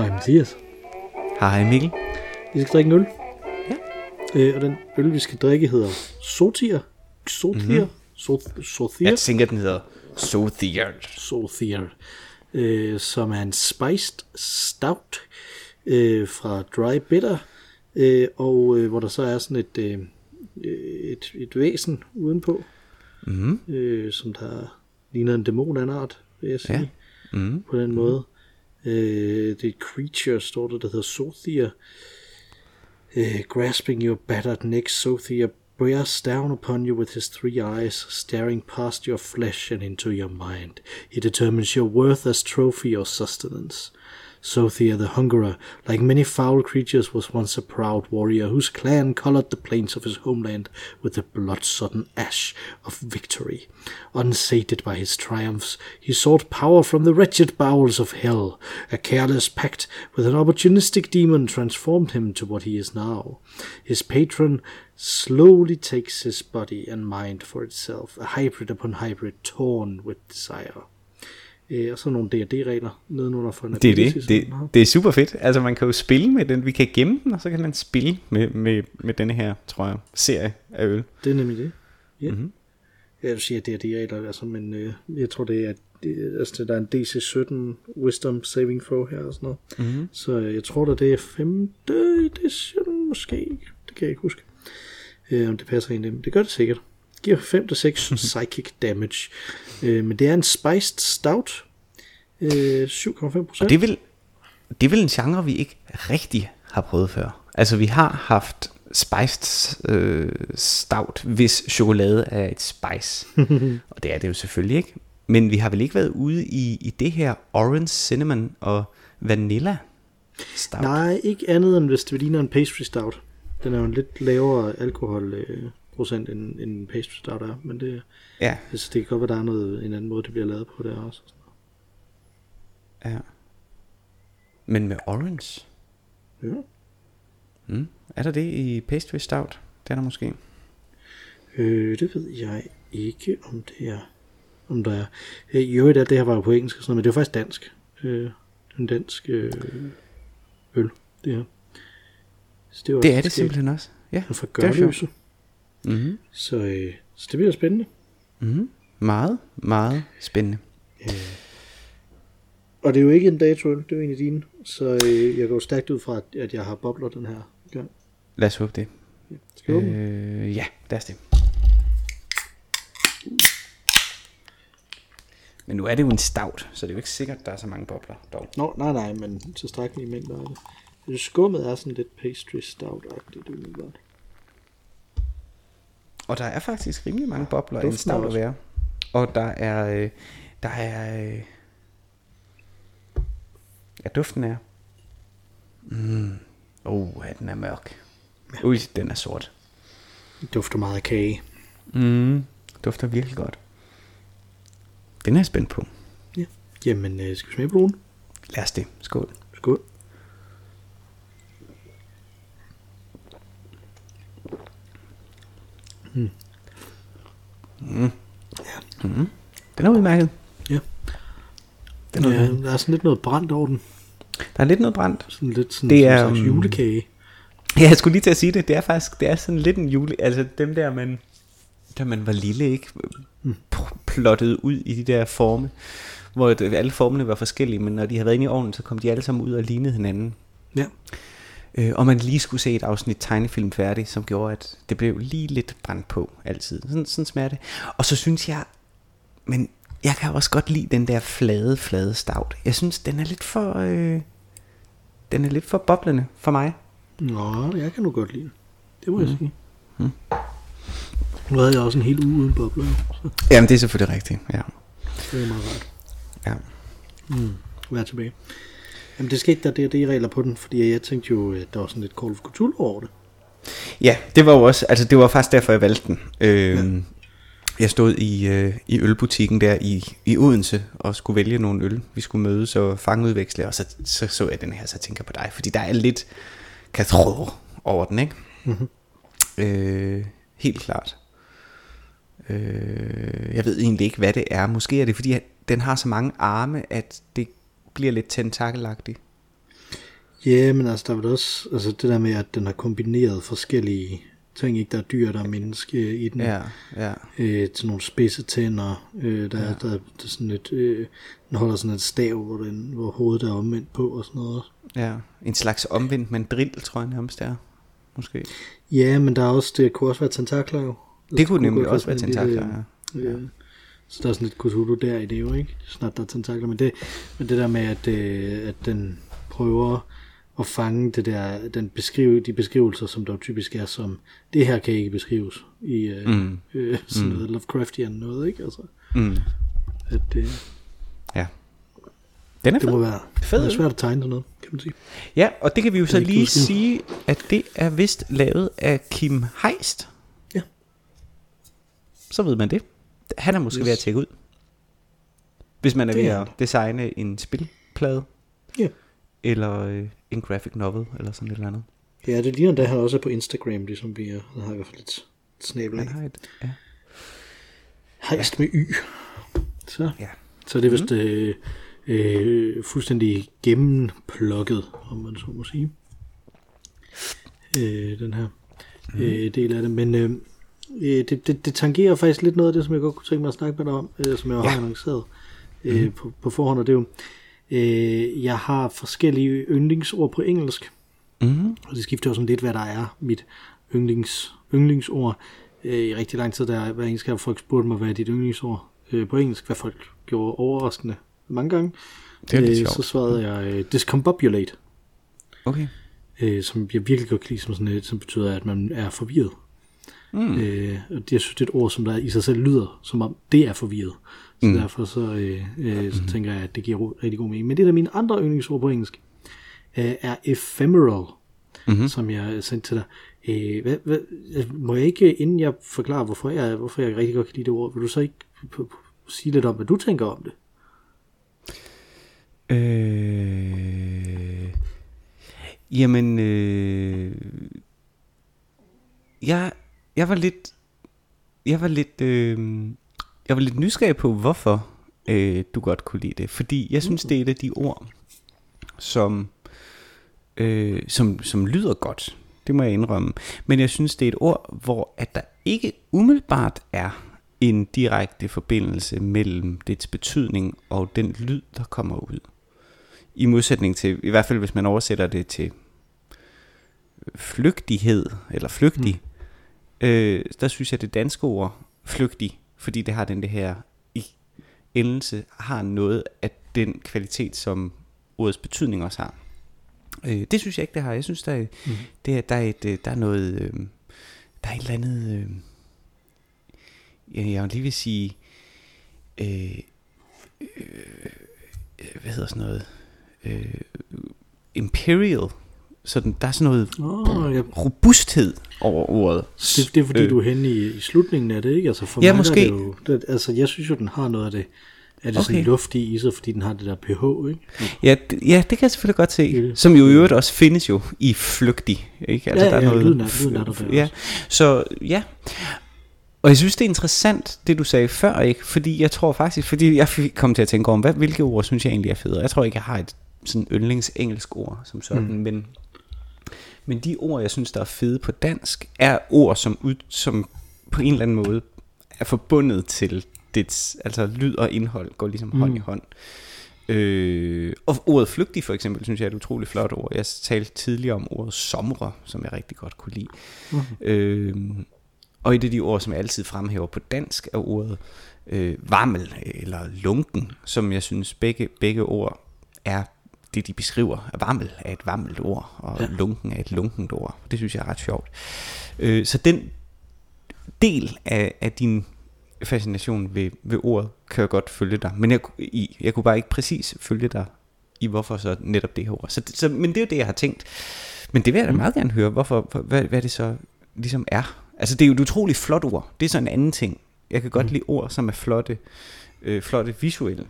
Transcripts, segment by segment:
Hej Mathias. Hej Mikkel. Vi skal drikke en øl. Ja. Og den øl, vi skal drikke, hedder Sothir. Sothir? Sothir? Jeg tænker, den hedder Sothir. Sothir. Som er en spiced stout fra Dry Bitter. Og hvor der så er sådan et væsen udenpå. Som der ligner en dæmon af en art, vil jeg sige. Ja. På den måde. Det er et creature, står der hedder Sothir. Grasping your battered neck, Sothir bears down upon you with his 3 eyes, staring past your flesh and into your mind. He determines your worth as trophy or sustenance. Sothir the Hungerer, like many foul creatures, was once a proud warrior whose clan colored the plains of his homeland with the blood-sodden ash of victory. Unsated by his triumphs, he sought power from the wretched bowels of hell. A careless pact with an opportunistic demon transformed him to what he is now. His patron slowly takes his body and mind for itself, a hybrid upon hybrid torn with desire. Og så nogle D&D-regler nedenunder for en ability. Det er super fedt. Altså man kan jo spille med den. Vi kan gemme den, og så kan man spille med denne her, tror jeg, serie af øl. Det er nemlig det. Ja. Mm-hmm. Jeg vil sige, at D&D-regler, altså, men jeg tror, det er, altså, der er en DC-17 Wisdom Saving Throw her og sådan noget. Mm-hmm. Så jeg tror, det er 5. edition, måske. Det kan jeg ikke huske. Om det passer ind i dem. Det gør det sikkert. Giver 5-6 psychic damage. Men det er en spiced stout. 7,5%. Og det er vel en genre, vi ikke rigtig har prøvet før. Altså vi har haft spiced stout, hvis chokolade er et spice. Og det er det jo selvfølgelig ikke. Men vi har vel ikke været ude i det her orange cinnamon og vanilla stout? Nej, ikke andet end hvis det ligner en pastry stout. Den er jo en lidt lavere alkohol procent end en pastry stout er, men det, ja. Altså, det kan godt være, der er en anden måde, det bliver lavet på der også. Ja. Men med orange? Ja. Er der det i pastry stout? Det er der måske. Det ved jeg ikke, om det er. Om der er. Jo, det her var jo på engelsk og sådan noget, men det er faktisk dansk. En dansk øl, det her. Det er det simpelthen også. Ja. Fra Gørløse. Mm-hmm. Så det bliver spændende. Mm-hmm. Meget, meget spændende. Og det er jo ikke en dato, det er jo en af dine. Så jeg går stærkt ud fra, at jeg har bobler den her gang. Lad os håbe det. Ja, skal vi ja, lad os det. Men nu er det jo en stout, så det er jo ikke sikkert, at der er så mange bobler dog. Nå, nej, men tilstrækkelige mængder af det. Skummet er sådan lidt pastry stout-agtigt, det er godt. Og der er faktisk rimelig mange bobler i en stout at være. Og der er ja, duften er. Ja, den er mørk. Ja. Ui, den er sort. Det dufter meget af kage. Dufter virkelig godt. Den er jeg spændt på. Ja. Jamen, skal vi smage på den? Lad os det. Skål. Skål. Ja. Den er udmærket. Ja. Der er sådan lidt noget brændt over den. Der er lidt noget brændt. Sådan lidt sådan, det er en slags julekage. Ja, jeg skulle lige til at sige det. Det er sådan lidt en jule. Altså dem der da man var lille, ikke plottet ud i de der forme, hvor alle formene var forskellige, men når de havde været inde i ovnen, så kom de alle sammen ud og lignede hinanden. Ja. Og man lige skulle se et afsnit tegnefilm færdig, som gjorde, at det blev lige lidt brændt på altid. Sådan smager det. Og så synes jeg, men jeg kan også godt lide den der flade stout. Jeg synes, den er lidt for boblende for mig. Nå, jeg kan nu godt lide det må jeg sige. Nu havde jeg også en hel uge uden bobler. Så. Jamen, det er selvfølgelig rigtigt, ja. Det er meget rart. Ja. Vær tilbage. Jamen, det skete der D&D-regler på den, fordi jeg tænkte jo, at der var sådan lidt Call of Cthulhu over det. Ja, det var jo også, altså det var faktisk derfor, jeg valgte den. Jeg stod i ølbutikken der i Odense og skulle vælge nogle øl. Vi skulle mødes og fangeudveksle, og så jeg den her, så tænker på dig, fordi der er lidt Cthulhu over den, ikke? Mm-hmm. Helt klart. Jeg ved egentlig ikke, hvad det er. Måske er det, fordi den har så mange arme, at det bliver lidt tentakelagtigt. Ja, men altså der var også altså det der med, at den har kombineret forskellige ting, ikke? Der er dyr, der er menneske i den. Ja. Til nogle spidse tænder. Der er sådan et... den holder sådan et stav, hvor hovedet er omvendt på og sådan noget. Ja, en slags omvendt mandrill, tror jeg nærmest er. Måske. Ja, men der er også, det kunne også være tentakler jo. Det kunne nemlig også være tentakler, ja. Så der er sådan lidt Cthulhu der i det jo, ikke? Snart der er tentakler, men det der med, at den prøver at fange det der, de beskrivelser, som der jo typisk er som, det her kan ikke beskrives i sådan noget Lovecraftian noget, ikke? Altså, at ja. Den er det må være fed. Det er svært at tegne sådan noget, kan man sige. Ja, og det kan vi jo så lige sige, at det er vist lavet af Kim Heist. Ja. Så ved man det. Han er måske ved at tjekke ud. Hvis man er ved at designe en spilplade. Ja. Eller en graphic novel, eller sådan et eller andet. Ja, det ligner, da han også er på Instagram, ligesom vi er. Han har i hvert fald lidt snabel af. Han har et, ja. Heist med Y. Så det er vist fuldstændig gennemplukket, om man så må sige. Den her del af det. Men det tangerer faktisk lidt noget af det, som jeg godt kunne tænke mig at snakke med dig om, som jeg har annonceret på forhånd, og det er jo, jeg har forskellige yndlingsord på engelsk, og det skifter jo sådan lidt, hvad der er mit yndlingsord. I rigtig lang tid, der hver engelsk har folk spurgt mig, hvad er dit yndlingsord på engelsk, hvad folk gjorde overraskende mange gange. Det er lidt sjovt. Så svarede jeg discombobulate. Okay. Som jeg virkelig godt kan lide, som sådan et, som betyder, at man er forvirret. Og jeg synes, det er et ord, som der i sig selv lyder, som om det er forvirret. Så derfor så tænker jeg, at det giver rigtig god mening. Men det der mine andre yndlingsord på engelsk, er ephemeral, som jeg sendte til dig. Må jeg ikke, inden jeg forklarer, hvorfor jeg rigtig godt kan lide det ord, vil du så ikke sige lidt om, hvad du tænker om det? Jamen, jeg var lidt nysgerrig på, hvorfor du godt kunne lide det. Fordi jeg synes, det er et af de ord, som lyder godt. Det må jeg indrømme. Men jeg synes, det er et ord, hvor at der ikke umiddelbart er en direkte forbindelse mellem dets betydning og den lyd, der kommer ud. I modsætning til, i hvert fald hvis man oversætter det til flygtighed, eller flygtig, der synes jeg, det danske ord flygtig, fordi det har den det her i endelse, har noget af den kvalitet, som ordets betydning også har. Det synes jeg ikke, det har. Jeg synes, der er noget, der er et eller andet, jeg vil lige vil sige, hvad hedder sådan noget, imperial, sådan, der er sådan noget robusthed over ordet. Det er fordi, du er henne i slutningen af det, ikke? Altså for mig måske. Er det jo, jeg synes jo, den har noget af det, sådan luftigt i sig, fordi den har det der pH, ikke? Ja, det kan jeg selvfølgelig godt se. Som jo i øvrigt også findes jo i flygtig, ikke? Altså, der er noget, lyden er der ja. Så ja. Og jeg synes, det er interessant, det du sagde før, ikke? Fordi jeg tror faktisk, fordi jeg kom til at tænke om, hvilke ord synes jeg egentlig er federe. Jeg tror ikke, jeg har et sådan yndlingsengelsk ord som sådan, men de ord, jeg synes, der er fede på dansk, er ord, som på en eller anden måde er forbundet til dets, altså lyd og indhold, går ligesom hånd i hånd. Og ordet flygtig for eksempel, synes jeg er et utroligt flot ord. Jeg talte tidligere om ordet somre, som jeg rigtig godt kunne lide. Og et af de ord, som jeg altid fremhæver på dansk, er ordet varmel eller lunken, som jeg synes begge ord er det, de beskriver. Varmel er et varmelt ord, og lunken er et lunkent ord. Det synes jeg er ret sjovt. Så den del af din fascination ved ordet kan jeg godt følge dig. Men jeg kunne bare ikke præcis følge dig i, hvorfor så netop det her ord. Så, men det er jo det, jeg har tænkt. Men det vil jeg da meget gerne høre, hvad det så ligesom er. Altså det er jo et utroligt flot ord. Det er så en anden ting. Jeg kan godt lide ord, som er flotte visuelle.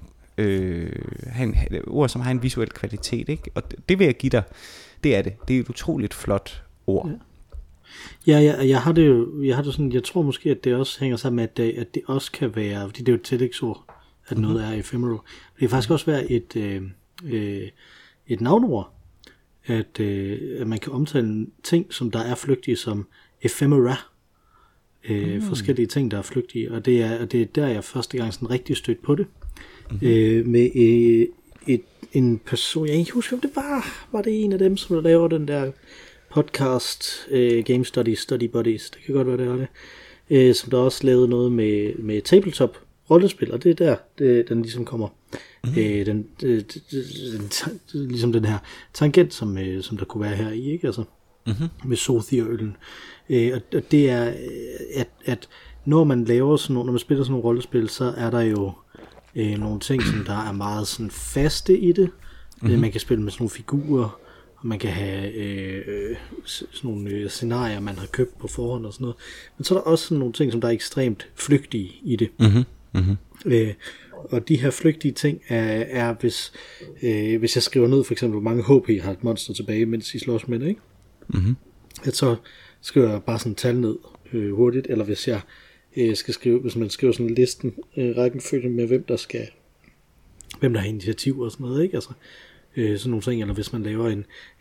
Ord, som har en visuel kvalitet, ikke? Og det vil jeg give dig. Det er det. Det er et utroligt flot ord. Ja, jeg har det sådan, jeg tror måske, at det også hænger sammen med, at det også kan være, fordi det er jo et tillægsord, at noget er ephemeral. Det kan faktisk også være et navnord. at man kan omtale ting, som der er flygtige, som ephemera. Forskellige ting, der er flygtige, og det er der, jeg første gang sådan rigtig stødt på det. Med en person, jeg ikke husker, om det var det en af dem, som laver den der podcast, Game Study Buddies, det kan godt være, det er det, som der også lavede noget med tabletop rollespil, og det er der, den ligesom kommer. Ligesom den her tangent, som der kunne være her i, ikke? Altså, med Sothia-øllen. Og det er, at når man laver sådan nogle, når man spiller sådan nogle rollespil, så er der jo nogle ting, som der er meget sådan faste i det. Man kan spille med sådan nogle figurer, og man kan have sådan nogle scenarier, man har købt på forhånd og sådan noget. Men så er der også sådan nogle ting, som der er ekstremt flygtige i det. Og de her flygtige ting er hvis jeg skriver ned for eksempel, hvor mange HP har et monster tilbage, mens I slås med det, ikke? At så skriver jeg bare sådan et tal ned hurtigt, eller hvis jeg skal skrive, hvis man skriver sådan en listen, rækkefølge med hvem der har initiativ og sådan noget, ikke? Altså sådan nogle ting, eller hvis man laver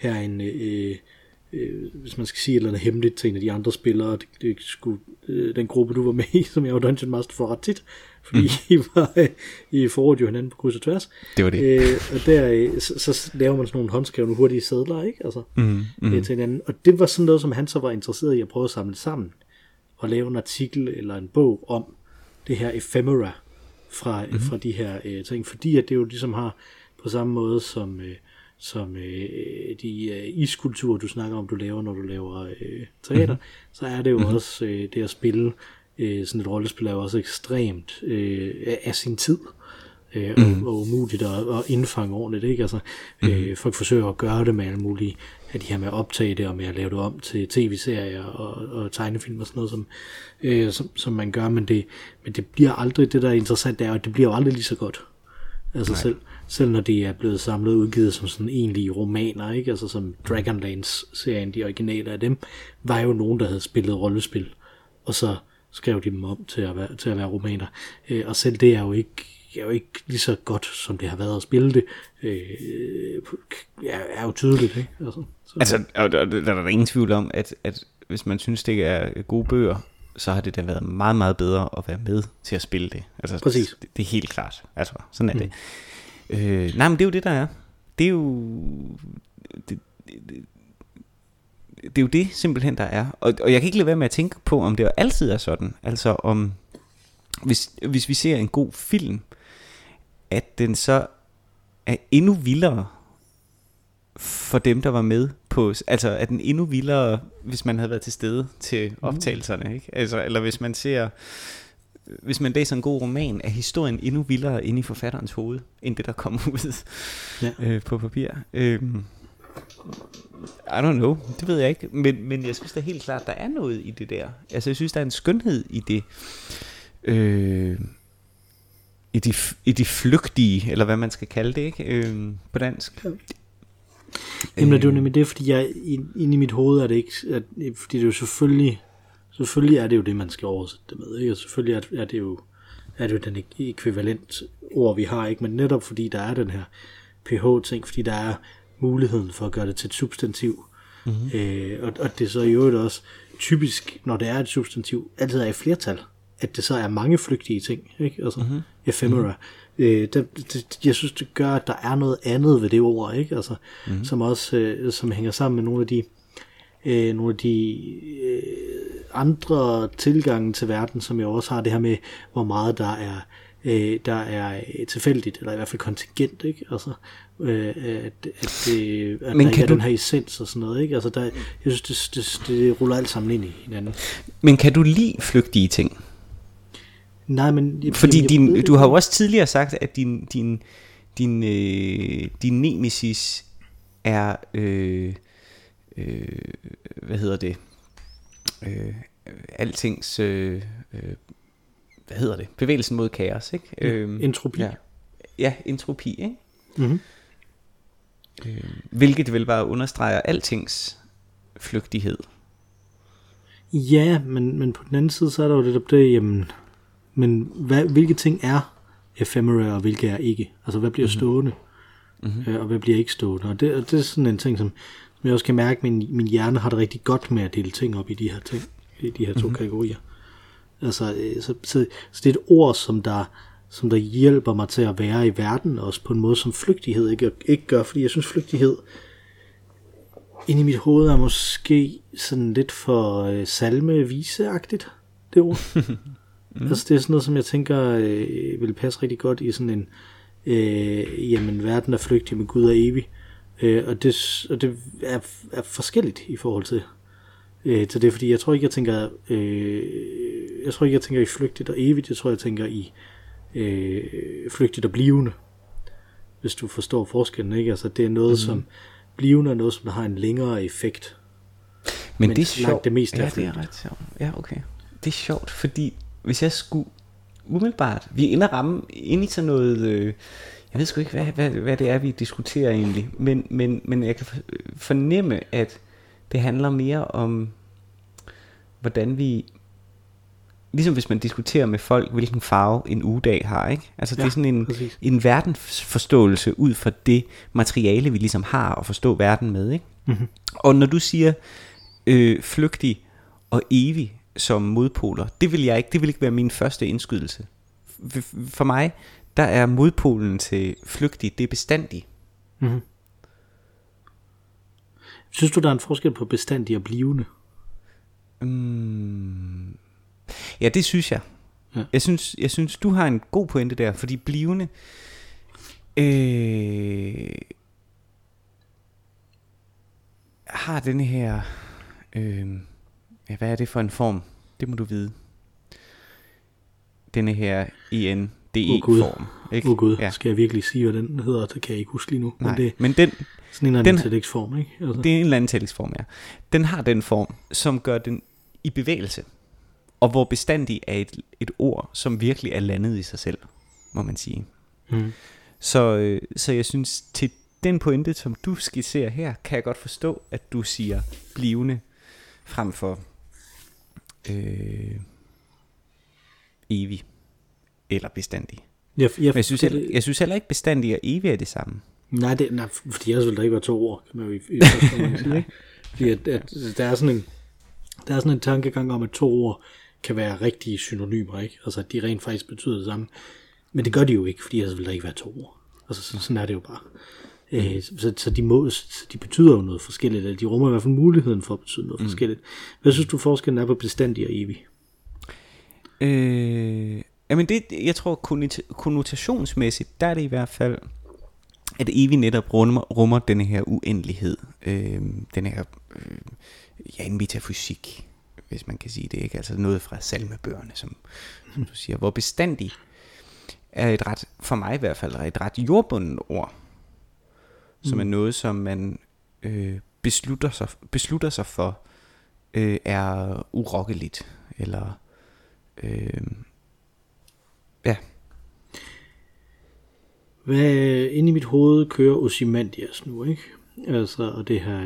hvis man skal sige et eller andet hemmeligt til en af de andre spillere, det skulle den gruppe, du var med i, som jeg var Dungeon Master for ret tit, fordi I forrådte jo hinanden på kryds og tværs. Det var det. Og der, så laver man sådan nogle håndskrevne hurtige sedler, ikke? Altså, til hinanden. Og det var sådan noget, som han så var interesseret i at prøve at samle sammen, og lave en artikel eller en bog om det her ephemera fra de her ting, fordi at det jo ligesom har på samme måde som de iskulturer, du snakker om, du laver, når du laver teater, så er det jo også det at spille sådan et rollespil er jo også ekstremt af sin tid og umuligt at indfange ordentligt, ikke? Altså, folk forsøger at gøre det med alle mulige af de her med at optage det og med at lave det om til tv-serier og tegnefilm og sådan noget, som man gør, men det bliver aldrig, det der er interessant, det er, at det bliver jo aldrig lige så godt. Altså selv når det er blevet samlet og udgivet som sådan egentlige romaner, ikke? Altså som Dragonlance-serien, de originale af dem, var jo nogen, der havde spillet rollespil, og så skrev de dem om til at være romaner. Og selv det er jo ikke lige så godt, som det har været at spille det. Er jo tydeligt, ikke? Altså der er ingen tvivl om, at hvis man synes, det er gode bøger, så har det da været meget, meget bedre at være med til at spille det. Altså, præcis. Det er helt klart. Altså, sådan er det. Nej, men det er jo det, der er. Det er jo... Det er jo det simpelthen, der er. Og jeg kan ikke lade være med at tænke på, om det jo altid er sådan. Altså om... Hvis vi ser en god film, at den så er endnu vildere for dem, der var med på, altså at den endnu vildere, hvis man havde været til stede til optagelserne, ikke? Altså, eller hvis man læser en god roman, er historien endnu vildere inde i forfatterens hoved, end det der kommer ud på papir. I don't know, det ved jeg ikke, men jeg synes da helt klart, der er noget i det der. Altså jeg synes, der er en skønhed i det, i de flygtige, eller hvad man skal kalde det, ikke? På dansk. Jamen det er jo nemlig det, fordi inde i mit hoved er det ikke, fordi det er jo selvfølgelig er det jo det, man skal oversætte det med, ikke? Og selvfølgelig er det jo den ekvivalent ord, vi har, ikke? Men netop fordi der er den her ph-ting, fordi der er muligheden for at gøre det til et substantiv, og det er så i øvrigt også typisk, når det er et substantiv, altid er i flertal, at det så er mange flygtige ting, ikke? Altså ephemera. Jeg synes, det gør, at der er noget andet ved det ord, ikke? Altså, som også som hænger sammen med nogle af de andre tilgange til verden, som jo også har det her med, hvor meget der er tilfældigt, eller i hvert fald kontingent, ikke? Altså, at der ikke er den her essens og sådan noget, ikke? Altså, jeg synes, det ruller alt sammen ind i hinanden. Men kan du lide flygtige ting? Nej, men... Fordi du har jo også tidligere sagt, at din nemesis er... hvad hedder det? Altings... hvad hedder det? Bevægelsen mod kaos, ikke? Entropi. Ja, entropi, ikke? Hvilket vel bare understreger altings flygtighed. Ja, men på den anden side, så er der jo lidt det, jamen... Men hvilke ting er ephemera, og hvilke er ikke? Altså, hvad bliver stående? og hvad bliver ikke stående. Og det er sådan en ting, som jeg også kan mærke, at min hjerne har det rigtig godt med at dele ting op i de her ting, i de her to kategorier. Altså, så det er et ord, som der hjælper mig til at være i verden, også på en måde, som flygtighed ikke gør, fordi jeg synes, flygtighed inde i mit hoved er måske sådan lidt for salmeviseagtigt, det ord. Altså, det er sådan noget, som jeg tænker vil passe rigtig godt i sådan en jamen, verden er flygtig, men Gud er evig. Og det er forskelligt i forhold til det, fordi jeg tror ikke, jeg tænker i flygtigt og evigt, jeg tror, jeg tænker i flygtigt og blivende, hvis du forstår forskellen, ikke? Altså, det er noget, som blivende er noget, som der har en længere effekt. Men det er sjovt. Det meste det er ret sjovt. Ja, okay. Det er sjovt, fordi hvis jeg skulle umiddelbart, vi er inde at ramme ind i sådan noget, jeg ved sgu ikke, hvad det er, vi diskuterer egentlig, men jeg kan fornemme, at det handler mere om, hvordan vi, ligesom hvis man diskuterer med folk, hvilken farve en ugedag har, ikke? Altså det er sådan en verdensforståelse ud fra det materiale, vi ligesom har at forstå verden med, ikke? Mm-hmm. Og når du siger flygtig og evig som modpoler, det vil ikke være min første indskydelse. For mig, der er modpolen til flygtig, det er bestandig. Mm-hmm. Synes du, der er en forskel på bestandig og blivende? Ja, det synes jeg. Ja. Jeg synes, du har en god pointe der, fordi blivende har denne her hvad er det for en form? Det må du vide. Denne her ENDE-form. Åh Gud, ja. Skal jeg virkelig sige, hvad den hedder? Det kan jeg ikke huske lige nu. Nej, men den sådan en anden tillægsform, ikke? Altså. Det er en eller anden tillægsform, ja. Den har den form, som gør den i bevægelse. Og hvor bestandig er et ord, som virkelig er landet i sig selv, må man sige. Mm. Så jeg synes, til den pointe, som du skitserer her, kan jeg godt forstå, at du siger blivende frem for evig eller bestandig. Men jeg synes heller ikke bestandig og evig er det samme. Nej, fordi ellers vil der ikke være to ord, kan man jo i første omgang sige, ikke? Fordi at der er sådan en tankegang om, at to ord kan være rigtige synonymer, ikke? Altså, at de rent faktisk betyder det samme. Men det gør de jo ikke, fordi ellers vil der ikke være to ord. Altså, sådan er det jo bare. Så de betyder jo noget forskelligt, eller de rummer i hvert fald muligheden for at betyde noget forskelligt. Hvad synes du forskellen er på bestandig og evig? Jamen jeg tror konnotationsmæssigt, der er det i hvert fald, at evig netop rummer denne her uendelighed, den her en metafysik, hvis man kan sige det, ikke? Altså noget fra salmebøgerne, som du siger, hvor bestandig er for mig i hvert fald, et ret jordbundet ord, som er noget, som man beslutter sig for, er urokkeligt, eller ja. Hvad inde i mit hoved kører Ozymandias nu, ikke? Altså, og det her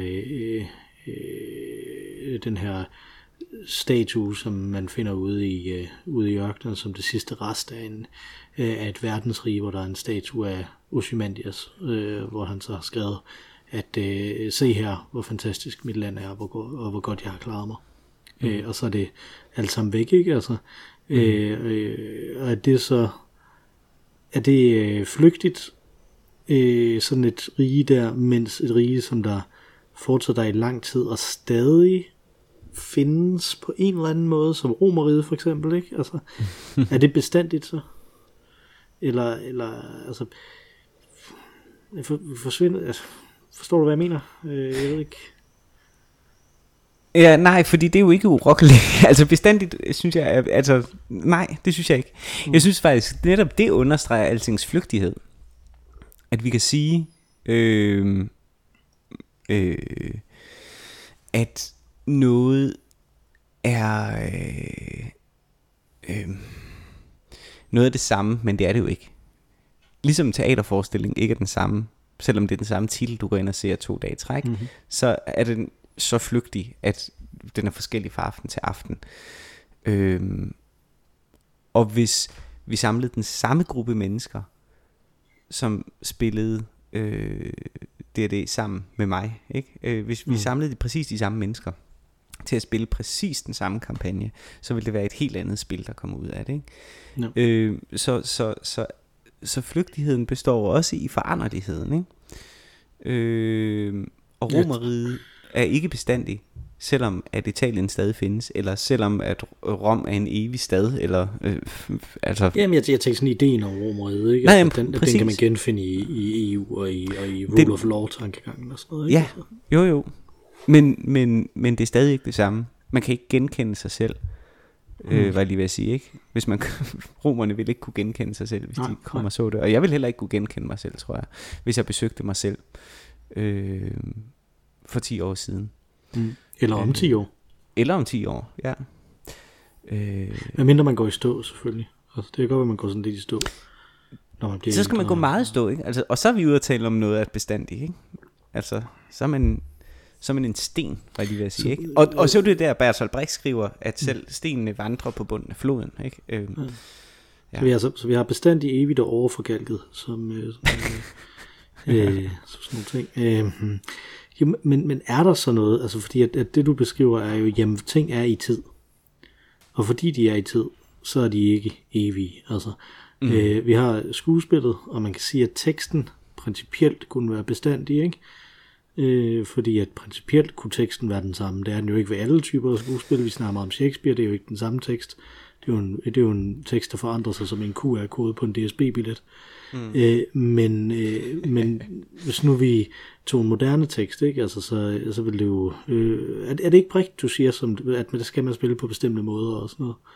den her statue, som man finder ude i ørkenen, som det sidste rest af et verdensrige, hvor der er en statue af Ozymandias, hvor han så har skrevet, at se her, hvor fantastisk mit land er, og hvor godt jeg har klaret mig. Og så er det alt sammen væk, ikke? Altså, og er det så flygtigt, sådan et rige der, mens et rige, som der fortsætter i lang tid og stadig findes på en eller anden måde, som Romerriget for eksempel, ikke? Altså, er det bestandigt så? Eller altså, forsvinder, altså, forstår du hvad jeg mener? Jeg ved ikke. Ja, nej, fordi det er jo ikke urokkeligt. Altså bestandigt, synes jeg, altså nej, det synes jeg ikke. Jeg synes faktisk, netop det understreger altings flygtighed. At vi kan sige, at noget er noget af det samme, men det er det jo ikke. Ligesom en teaterforestilling ikke er den samme, selvom det er den samme titel, du går ind og ser 2 dage i træk, så er den så flygtig, at den er forskellig fra aften til aften. Og hvis vi samlede den samme gruppe mennesker, som spillede D&D sammen med mig, ikke? Hvis vi samlede præcis de samme mennesker til at spille præcis den samme kampagne, så ville det være et helt andet spil, der kommer ud af det, ikke? Ja. Så flygtigheden består også i foranderligheden, ikke? Og Romerriget er ikke bestandig, selvom at Italien stadig findes, eller selvom at Rom er en evig stad, eller altså. Jamen jeg tænker sådan ideen om Romerriget, ikke? Nej, altså, den kan man genfinde i EU og i Rule of Law tankegangen og sådan noget, ikke? Ja, jo. Men det er stadig ikke det samme. Man kan ikke genkende sig selv. Hvad jeg lige vil sige, ikke? Hvis man romerne ville ikke kunne genkende sig selv, hvis de kommer og så det. Og jeg vil heller ikke kunne genkende mig selv, tror jeg, hvis jeg besøgte mig selv for 10 år siden. Eller om 10 år. Eller om 10 år, ja. Men mindre man går i stå, selvfølgelig. Altså, det kan godt være, man går sådan lidt i stå, når man bliver. Så skal man gå meget i stå, ikke? Altså, og så er vi ude at tale om noget af bestandigt, ikke? Altså, så er man en sten, hvad jeg vil sige, ikke? Og så er det der, Bertolt Brecht skriver, at selv stenene vandrer på bunden af floden, ikke? Ja. Så vi har bestandigt evigt og overforgalket, som sådan nogle ting. Jo, men er der så noget, altså fordi at det du beskriver er jo, jamen ting er i tid, og fordi de er i tid, så er de ikke evige, altså. Vi har skuespillet, og man kan sige, at teksten principielt kunne være bestandig, ikke? Fordi at principielt kunne teksten være den samme. Det er den jo ikke ved alle typer af skuespil. Vi snakker meget om Shakespeare, det er jo ikke den samme tekst. Det er jo en tekst, der forandrer sig som en QR-kode på en DSB-billet. Men hvis nu vi tog en moderne tekst, ikke? Altså, så vil det jo... er det ikke Brecht, du siger, at der skal man spille på bestemte måder og sådan noget?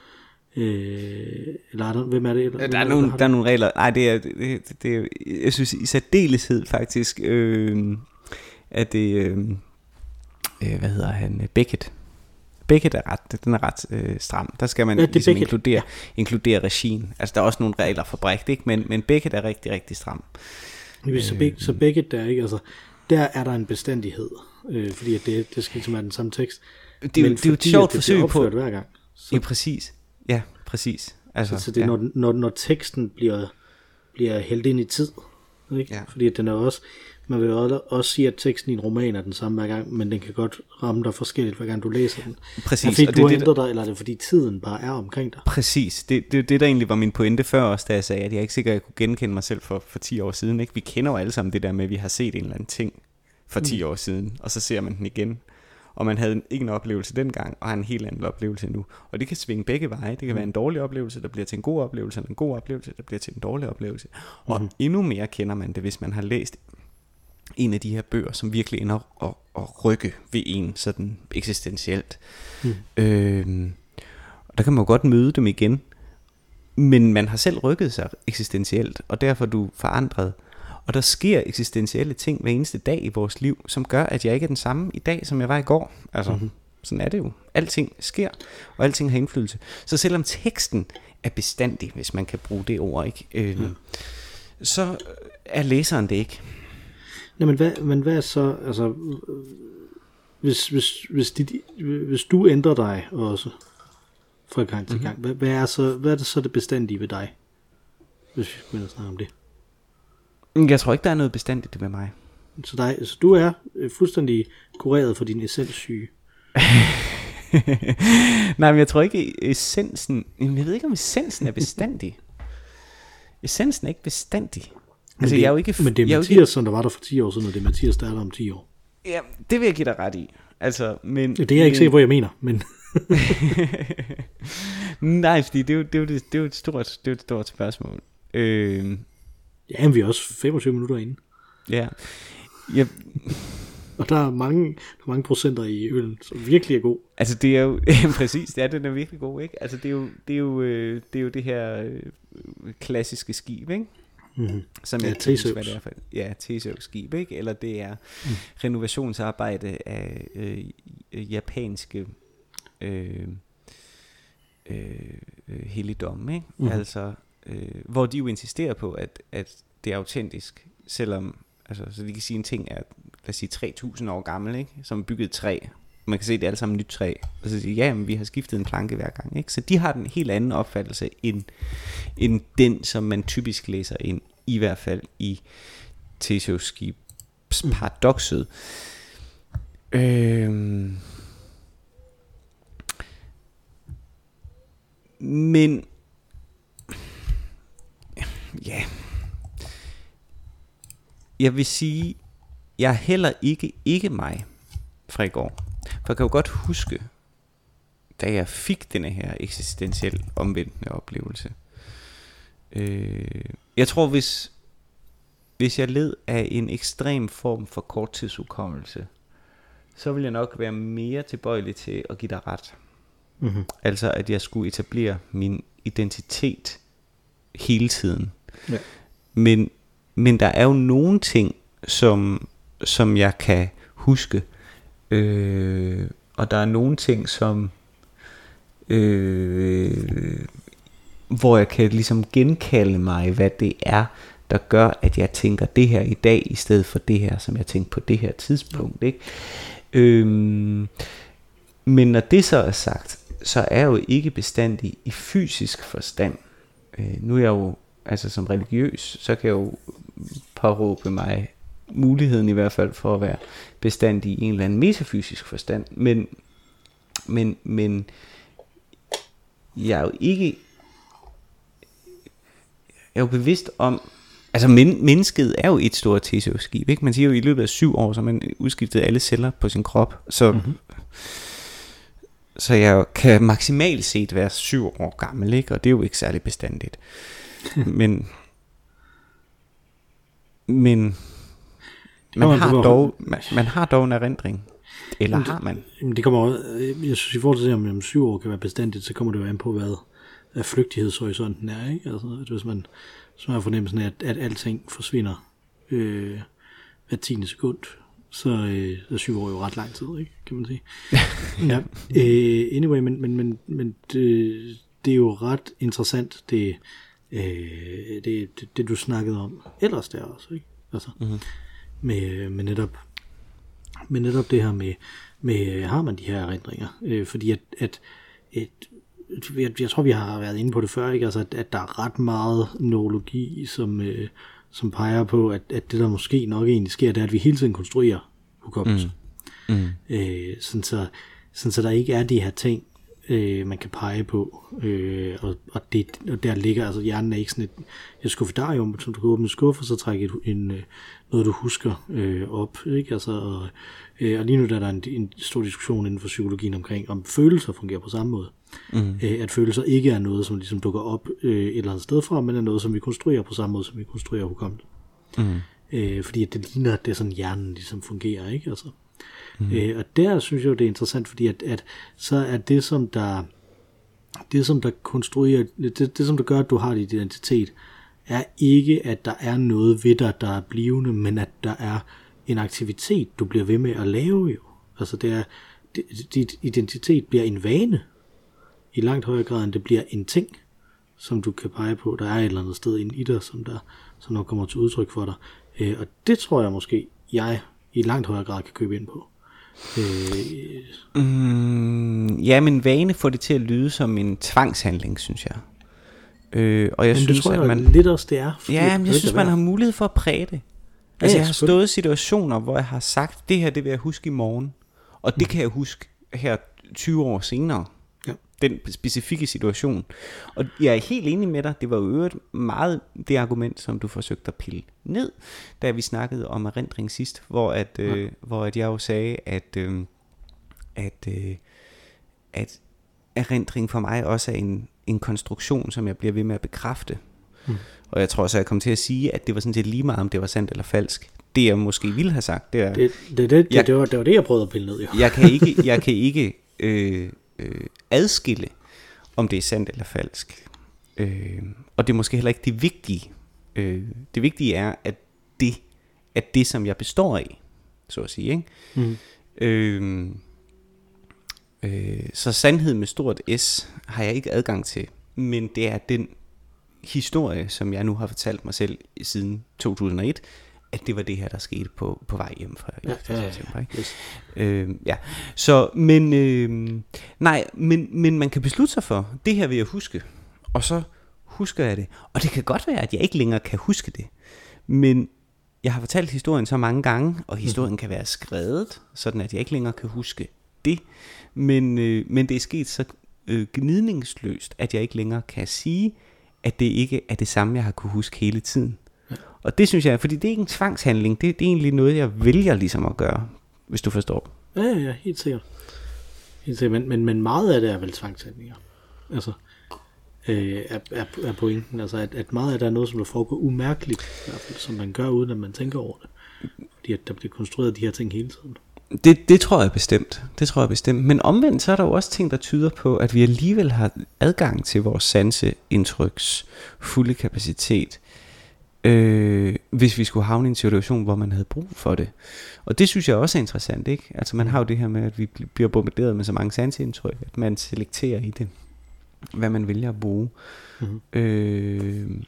Eller hvem er det? Eller, der er nogle regler. Nej, det er jeg synes i særdeleshed faktisk... at det hvad hedder han, Beckett er ret stram. Der skal man ligesom inkludere regien. Altså der er også nogle regler for Brecht, ikke? Men Beckett er rigtig rigtig stram. Så Beckett der, ikke, altså der er der en bestandighed, fordi at det skal ligesom være den samme tekst. Det er jo et sjovt forsøg på hver gang. Ja, præcis. Ja, præcis. Altså så det er når teksten bliver hældt ind i tid, ikke? Ja. Fordi at den er også. Man vil jo også sige, at teksten i en roman er den samme hver gang, men den kan godt ramme dig forskelligt, hver gang du læser den. Præcis. Er det fordi, du har ændret dig, eller er det fordi tiden bare er omkring dig? Præcis. Det er det, der egentlig var min pointe før også, da jeg sagde, at jeg ikke sikkert, at jeg kunne genkende mig selv for 10 år siden. Ikke? Vi kender jo alle sammen det der med, at vi har set en eller anden ting for 10 år siden, og så ser man den igen. Og man havde ikke en oplevelse dengang, og har en helt anden oplevelse nu. Og det kan svinge begge veje. Det kan være en dårlig oplevelse, der bliver til en god oplevelse, eller en god oplevelse, der bliver til en dårlig oplevelse. Og endnu mere kender man det, hvis man har læst en af de her bøger, som virkelig ender at rykke ved en sådan eksistentielt. Der kan man jo godt møde dem igen, men man har selv rykket sig eksistentielt, og derfor er du forandret. Og der sker eksistentielle ting hver eneste dag i vores liv, som gør, at jeg ikke er den samme i dag, som jeg var i går. Altså, sådan er det jo. Alting sker, og alting har indflydelse. Så selvom teksten er bestandig, hvis man kan bruge det ord, ikke, så er læseren det ikke. Nej, men hvad er så, altså, hvis du ændrer dig også fra gang til gang, hvad er det så det bestandige ved dig, hvis vi begynder at snakke om det? Jeg tror ikke, der er noget bestandigt ved mig. Så du er fuldstændig kureret for din essenssyge? Nej, men jeg tror ikke essensen, jeg ved ikke om essensen er bestandig. Essensen er ikke bestandig. Altså, men det er Mathias, som der var der for 10 år siden, og det er Mathias, der er der om 10 år. Ja, det vil jeg give dig ret i. Altså, men det er jeg ikke sikker på, jeg mener, men... Nej, fordi det er jo et stort spørgsmål. Ja, men vi er også 25 minutter inde. Ja. Og der er mange procenter i øllen, som virkelig er god. Altså det er jo præcis, den er virkelig god, ikke? Altså det er jo det her klassiske skib, ikke? Som jeg tænker, hvad det er for. Ja, Tesøv-skib, ikke? Eller det er renovationsarbejde af japanske helligdomme, ikke? Altså hvor de jo insisterer på at det er autentisk, selvom altså så de kan sige en ting er lad os sige 3000 år gammel, ikke? Som er bygget træ. Man kan se det er alt sammen nyt træ. Og så siger ja, men vi har skiftet en planke hver gang, ikke? Så de har den helt anden opfattelse end den som man typisk læser ind, i hvert fald i Theseus-skibsparadoxet. Men ja, jeg vil sige, jeg er heller ikke mig fra i går. For jeg kan jo godt huske, da jeg fik denne her eksistentiel omvendende oplevelse. Jeg tror, hvis jeg led af en ekstrem form for korttidshukommelse, så vil jeg nok være mere tilbøjelig til at give dig ret. Mm-hmm. Altså at jeg skulle etablere min identitet hele tiden. Ja. Men der er jo nogle ting, som jeg kan huske, og der er nogle ting, som hvor jeg kan ligesom genkalde mig, hvad det er, der gør, at jeg tænker det her i dag, i stedet for det her, som jeg tænkte på det her tidspunkt, ikke? Men når det så er sagt, så er jeg jo ikke bestandig i fysisk forstand. Nu er jeg jo, altså som religiøs, så kan jeg jo påråbe mig muligheden i hvert fald for at være bestandig i en eller anden metafysisk forstand. Men jeg er jo ikke, jeg er jo bevidst om, altså mennesket er jo et stort Theseus-skib, ikke? Man siger jo, i løbet af 7 år, så man udskiftet alle celler på sin krop, så jeg kan maksimalt set være 7 år gammel, ikke? Og det er jo ikke særlig bestandigt. men man har dog en erindring. Eller har man? Det kommer, jeg synes, i forhold til om 7 år kan være bestandigt, så kommer det jo an på, hvad flygtighedshorisonten er, ikke? Altså, at hvis man har fornemmelsen af, at alting forsvinder hver 10. sekund, så er 7 år jo ret lang tid, ikke? Kan man sige. Ja. Anyway, men det er jo ret interessant, det du snakkede om ellers der også, ikke? Altså, med netop det her med har man de her erindringer, fordi at jeg tror vi har været inde på det før, ikke? Altså at der er ret meget neurologi som peger på at det der måske nok egentlig sker, det er at vi hele tiden konstruerer hukommelse. Sådan så der ikke er de her ting man kan pege på, og der ligger, altså hjernen er ikke sådan et skuffedarium, som du kan åbne en skuffe, og så trække noget du husker op, ikke? Altså, og lige nu der er der en stor diskussion inden for psykologien omkring, om følelser fungerer på samme måde. At følelser ikke er noget, som ligesom dukker op et eller andet sted fra, men er noget, som vi konstruerer på samme måde, som vi konstruerer hukommelse. Fordi at det ligner, at det er sådan hjernen ligesom fungerer, ikke? Altså. Og der synes jeg jo, det er interessant, fordi at så er det som der konstruerer, det som der gør, at du har dit identitet, er ikke, at der er noget ved dig, der er blivende, men at der er en aktivitet, du bliver ved med at lave jo. Altså det er, dit identitet bliver en vane, i langt højere grad, end det bliver en ting, som du kan pege på, der er et eller andet sted inde i dig, som der kommer til udtryk for dig. Og det tror jeg måske, jeg i langt højere grad kan købe ind på. Ja, men vane får det til at lyde som en tvangshandling, synes jeg. Og jeg synes, tror, at man lidt også det er. Ja, men jeg synes, man har mulighed for at præge det. Altså, jeg har stået i situationer, hvor jeg har sagt, det her, det vil jeg huske i morgen. Og det kan jeg huske her 20 år senere. Ja. Den specifikke situation. Og jeg er helt enig med dig. Det var jo øvrigt meget det argument, som du forsøgte at pille ned, da vi snakkede om erindring sidst, hvor at jeg jo sagde, at erindring for mig også er en konstruktion, som jeg bliver ved med at bekræfte. Og jeg tror også, at jeg kom til at sige, at det var sådan set lige meget, om det var sandt eller falsk. Det jeg måske ville have sagt, det er... Det var det, jeg prøvede at pille ned, jo. Jeg kan ikke adskille, om det er sandt eller falsk. Og det er måske heller ikke det vigtige. Det vigtige er, at det som jeg består af, så at sige, ikke? Så sandhed med stort S har jeg ikke adgang til, men det er den historie, som jeg nu har fortalt mig selv siden 2001, at det var det her, der skete på vej hjem fra september. Yes. Så, men man kan beslutte sig for, det her vil jeg huske, og så husker jeg det. Og det kan godt være, at jeg ikke længere kan huske det, men jeg har fortalt historien så mange gange, og historien kan være skrevet, sådan at jeg ikke længere kan huske det. Men det er sket så gnidningsløst, at jeg ikke længere kan sige, at det ikke er det samme, jeg har kunne huske hele tiden. Ja. Og det synes jeg, fordi det er ikke en tvangshandling, det er egentlig noget, jeg vælger ligesom at gøre, hvis du forstår. Ja, helt sikkert. Men meget af det er vel tvangshandlinger. Altså, er pointen. Altså, at meget af det er noget, som der foregår umærkeligt, i hvert fald, som man gør, uden at man tænker over det. Fordi at der bliver konstrueret de her ting hele tiden. Det tror jeg bestemt. Men omvendt, så er der jo også ting, der tyder på, at vi alligevel har adgang til vores sanseindtryks fulde kapacitet, hvis vi skulle havne i en situation, hvor man havde brug for det. Og det synes jeg også er interessant, ikke? Altså man har jo det her med, at vi bliver bombarderet med så mange sanseindtryk, at man selekterer i det, hvad man vælger at bruge. Mm-hmm.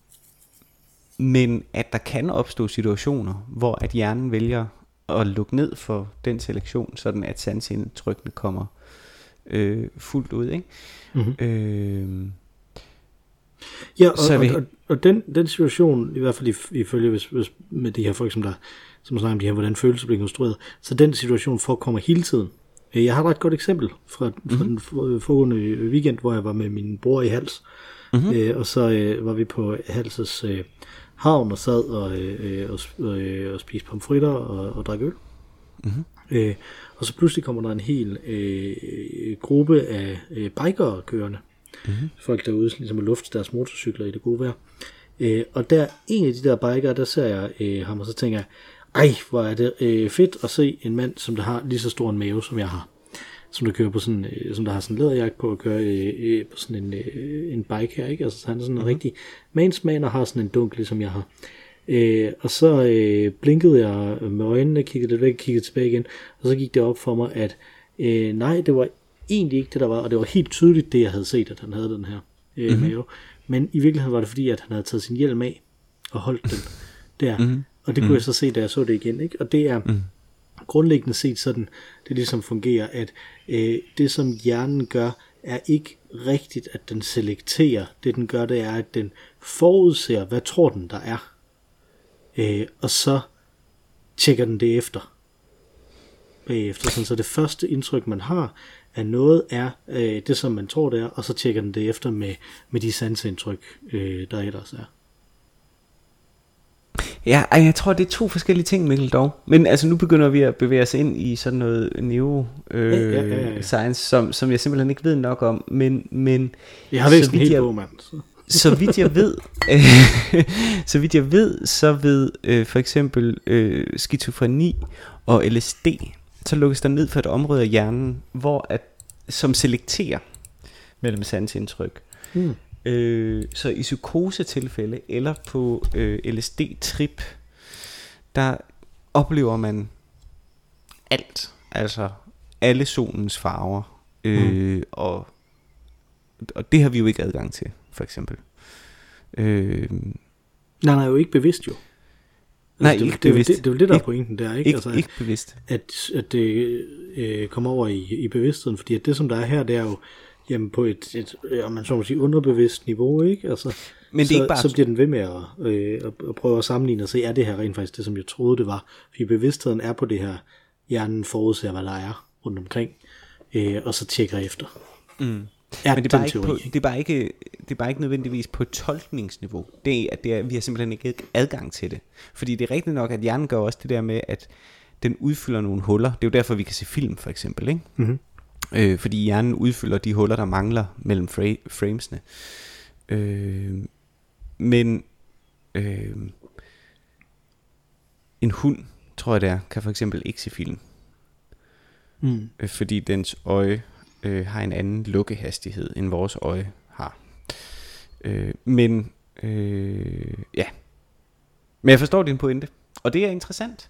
Men at der kan opstå situationer, hvor at hjernen vælger at lukke ned for den selektion, sådan at sanseindtrykkene kommer fuldt ud, ikke? Mm-hmm. Ja, og den situation, i hvert fald ifølge hvis med de her folk, som snakker om de her, hvordan følelser bliver konstrueret, så den situation forekommer hele tiden. Jeg har et ret godt eksempel fra den foregående weekend, hvor jeg var med min bror i Hals, og så var vi på Halses havn og sad og spiste pomfritter og drak øl. Mm-hmm. Og så pludselig kommer der en hel gruppe af bikere kørende. Mm-hmm. Folk derude ligesom at lufte deres motorcykler i det gode vejr. Og der en af de der bikere, der ser jeg ham, og så tænker jeg, ej, hvor er det fedt at se en mand, som der har lige så stor en mave, som jeg har. Som der kører på sådan, som der har sådan en læderjakke på at køre på sådan en bike her, ikke? Altså han er sådan en rigtig mansman og har sådan en dunk, ligesom jeg har. Og så blinkede jeg med øjnene, kiggede lidt væk, kiggede tilbage igen, og så gik det op for mig, at nej, det var egentlig ikke det, der var, og det var helt tydeligt det, jeg havde set, at han havde den her mave. Men i virkeligheden var det fordi, at han havde taget sin hjelm af og holdt den der. Mm-hmm. Og det kunne jeg så se, da jeg så det igen, ikke? Og det er grundlæggende set sådan, det ligesom fungerer, at det som hjernen gør, er ikke rigtigt, at den selekterer. Det den gør, det er, at den forudser, hvad tror den der er. Og så tjekker den det efter. Bagefter. Sådan, så det første indtryk, man har af noget, er det, som man tror, det er, og så tjekker den det efter med de sanseindtryk, der ellers er. Ja, jeg tror, det er to forskellige ting, Mikkel, dog. Men altså, nu begynder vi at bevæge os ind i sådan noget neuroscience, som jeg simpelthen ikke ved nok om. Men jeg har læst en hel bog, mand. Så vidt jeg ved, så ved for eksempel skizofreni og LSD, så lukkes der ned for et område af hjernen, som selekterer mellem sanseindtryk. Så i psykosetilfælde eller på LSD-trip, der oplever man alt, altså alle solens farver, og det har vi jo ikke adgang til, for eksempel. Nej, jo ikke bevidst jo. Nej, ikke bevidst. Det er jo det, der er pointen der, ikke? Altså, ikke bevidst. At det kommer over i bevidstheden, fordi at det, som der er her, det er jo jamen på et om man så må sige, underbevidst niveau, ikke? Altså, men det er ikke bare... så bliver den ved med at prøve at sammenligne og se, er det her rent faktisk det, som jeg troede, det var? Fordi bevidstheden er på det her, hjernen forudser, hvad der er rundt omkring, og så tjekker efter. Men det er bare ikke nødvendigvis på tolkningsniveau. Det er, vi har simpelthen ikke adgang til det. Fordi det er rigtigt nok, at hjernen gør også det der med, at den udfylder nogle huller. Det er jo derfor, vi kan se film, for eksempel, ikke? Mm-hmm. Fordi hjernen udfylder de huller, der mangler mellem framesene. Men en hund, tror jeg det er, kan for eksempel ikke se film. Fordi dens øje har en anden lukkehastighed, end vores øje har. Men jeg forstår din pointe. Og det er interessant.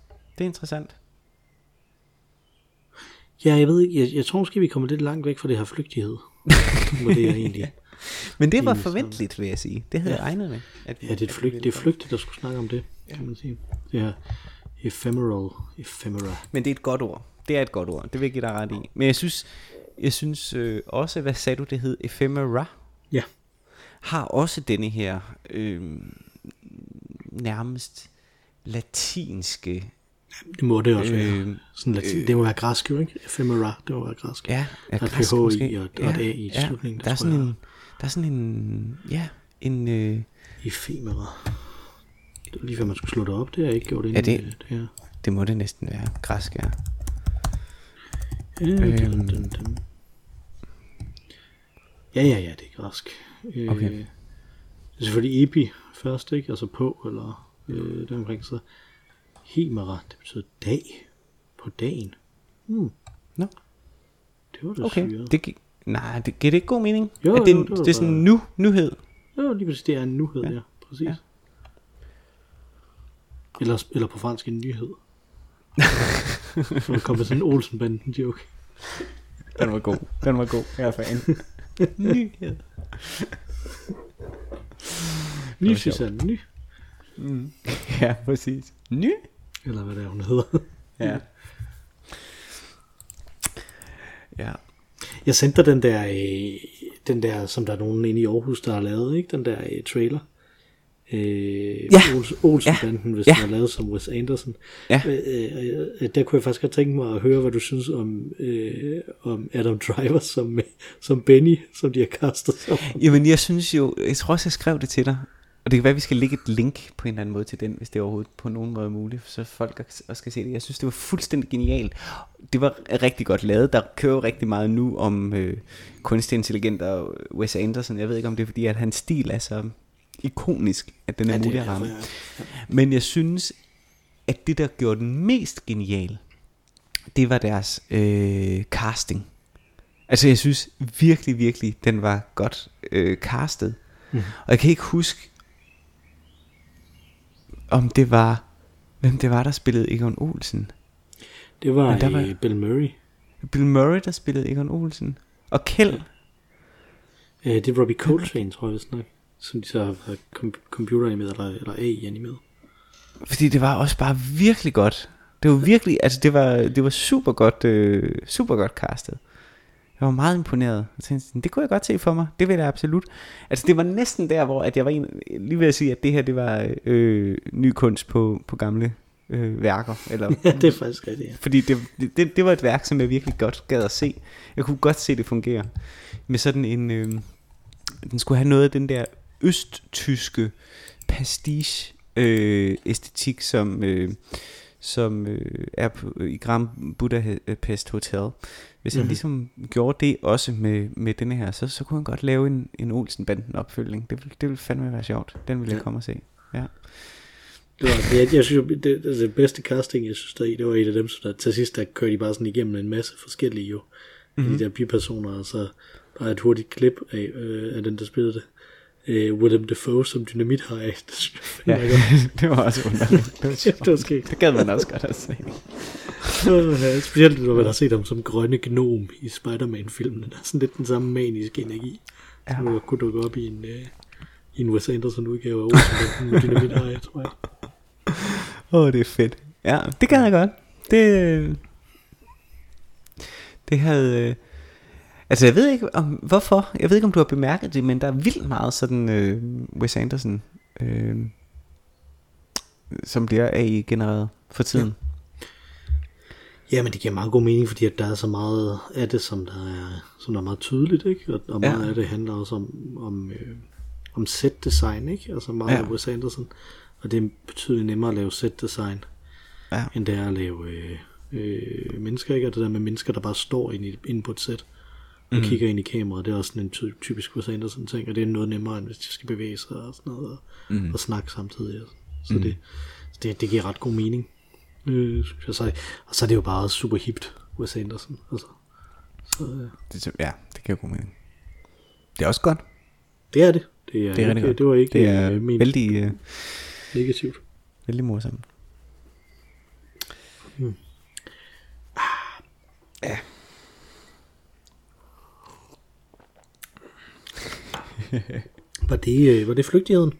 Ja, jeg ved ikke, jeg tror måske, vi kommer lidt langt væk fra det her flygtighed. Det er egentlig. Men det var forventeligt, vil jeg sige. Det havde jeg regnet med. Det er flygtigt, der skulle snakke om det, kan man sige. Det her ephemera. Men det er et godt ord. Det er et godt ord. Det vil jeg give dig ret i. Men jeg synes også, hvad sagde du, det hed? Ephemera? Ja. Har også denne her nærmest latinske. Det må det også være. Sådan det må være græsk, jo, ikke? Ephemera, det må være græsk. Ja, der er græsk måske. Og et A i slutningen. Der er sådan en Ephemera. Det var lige før man skulle slå det op, det har jeg ikke gjort inden. Ja, det må det næsten være. Græsk, ja. Ja, det er græsk. Okay. Det er selvfølgelig epi først, ikke? Altså på, eller der omkring så. Hemera, det betyder dag. På dagen. Nå. Det var da okay. syret. Det giver det ikke god mening? Jo, det er sådan en nyhed. Jo, lige præcis, det er en nyhed, ja. Præcis. Ja. Eller på fransk en nyhed. Så kom der sådan en Olsen-banden joke. Den var god. Jeg er fan. Nyhed. Ny, Susanne, ny. Ja, præcis. Ny? Eller hvad det er, hun hedder. Ja. Ja. Jeg sendte dig den der, som der er nogen inde i Aarhus, der har lavet, ikke? Den der trailer. Olsen-banden, hvis den er lavet som Wes Anderson. Ja. Der kunne jeg faktisk godt tænke mig at høre, hvad du synes om Adam Driver som Benny, som de har kastet som. Jamen jeg tror også jeg skrev det til dig. Og det kan være at vi skal lægge et link på en eller anden måde til den, hvis det overhovedet på nogen måde er muligt, så folk også skal se det. Jeg synes det var fuldstændig genialt. Det var rigtig godt lavet. Der kører rigtig meget nu om kunstig intelligens og Wes Anderson. Jeg ved ikke om det er fordi at hans stil er så ikonisk, at den er mulig at ramme. Ja. Men jeg synes, at det der gjorde den mest genial, det var deres casting. Altså jeg synes virkelig, virkelig, den var godt castet. Og jeg kan ikke huske, om det var, hvem det var, der spillede Egon Olsen. Det var Bill Murray. Bill Murray, der spillede Egon Olsen. Og Kjeld. Det er Robbie Coltrane, tror jeg nok. Som de så har computeranimeret eller AI-animeret. Fordi det var også bare virkelig godt. Det var virkelig, altså det var super godt castet. Jeg var meget imponeret. Jeg tænkte, det kunne jeg godt se for mig. Det ville jeg absolut. Altså det var næsten der, hvor at jeg var lige ved at sige, at det her det var ny kunst på gamle værker. Eller, ja, det er faktisk rigtigt. Ja. Fordi det var et værk, som jeg virkelig godt gad at se. Jeg kunne godt se det fungere. Med sådan en, den skulle have noget af den der østtyske pastiche æstetik, som er i Grand Budapest Hotel. Hvis han ligesom gjorde det også med denne her, så kunne han godt lave en Olsen-banden opfølgning. Det ville fandme være sjovt. Den ville jeg komme og se. Ja. Jeg synes det bedste casting jeg synes der i, det var et af dem, så der til sidst der kørte de bare sådan igennem en masse forskellige jo de der bipersoner, og så bare et hurtigt klip af den der spillede det. Willem Dafoe som Dynamit-haj. Det var også underligt. Det var skægt. Det gad man også godt at se. Specielt når man har set ham som grønne gnom i Spider-Man-filmen. Der er sådan lidt den samme maniske energi, som kunne dukke op i en Wes Anderson udgave af Olsen med Dynamit-haj, tror jeg. Det er fedt. Ja, det gad jeg godt. Det havde... Altså jeg ved ikke om hvorfor. Jeg ved ikke om du har bemærket det, men der er vildt meget sådan Wes Anderson som bliver AI-genereret for tiden. Ja, men det giver meget god mening, fordi at der er så meget af det, som der er meget tydeligt, ikke? Og meget af det handler også om set-design, ikke? Altså meget af Wes Anderson. Og det er betydeligt nemmere at lave set-design, end det er at lave mennesker, ikke? Og det der med mennesker, der bare står inde på et set og kigger ind i kameraet, det er også sådan en typisk Wes Anderson ting, og det er noget nemmere, end hvis de skal bevæge sig og sådan noget, og snakke samtidig. Så det giver ret god mening. Og så er det jo bare super hipt, Wes Anderson. Altså. Det giver god mening. Det er også godt. Det er det. Det er rigtig godt. Det var ikke det er vældig negativt. Vældig morsomt. Ja. Var det flygtigheden?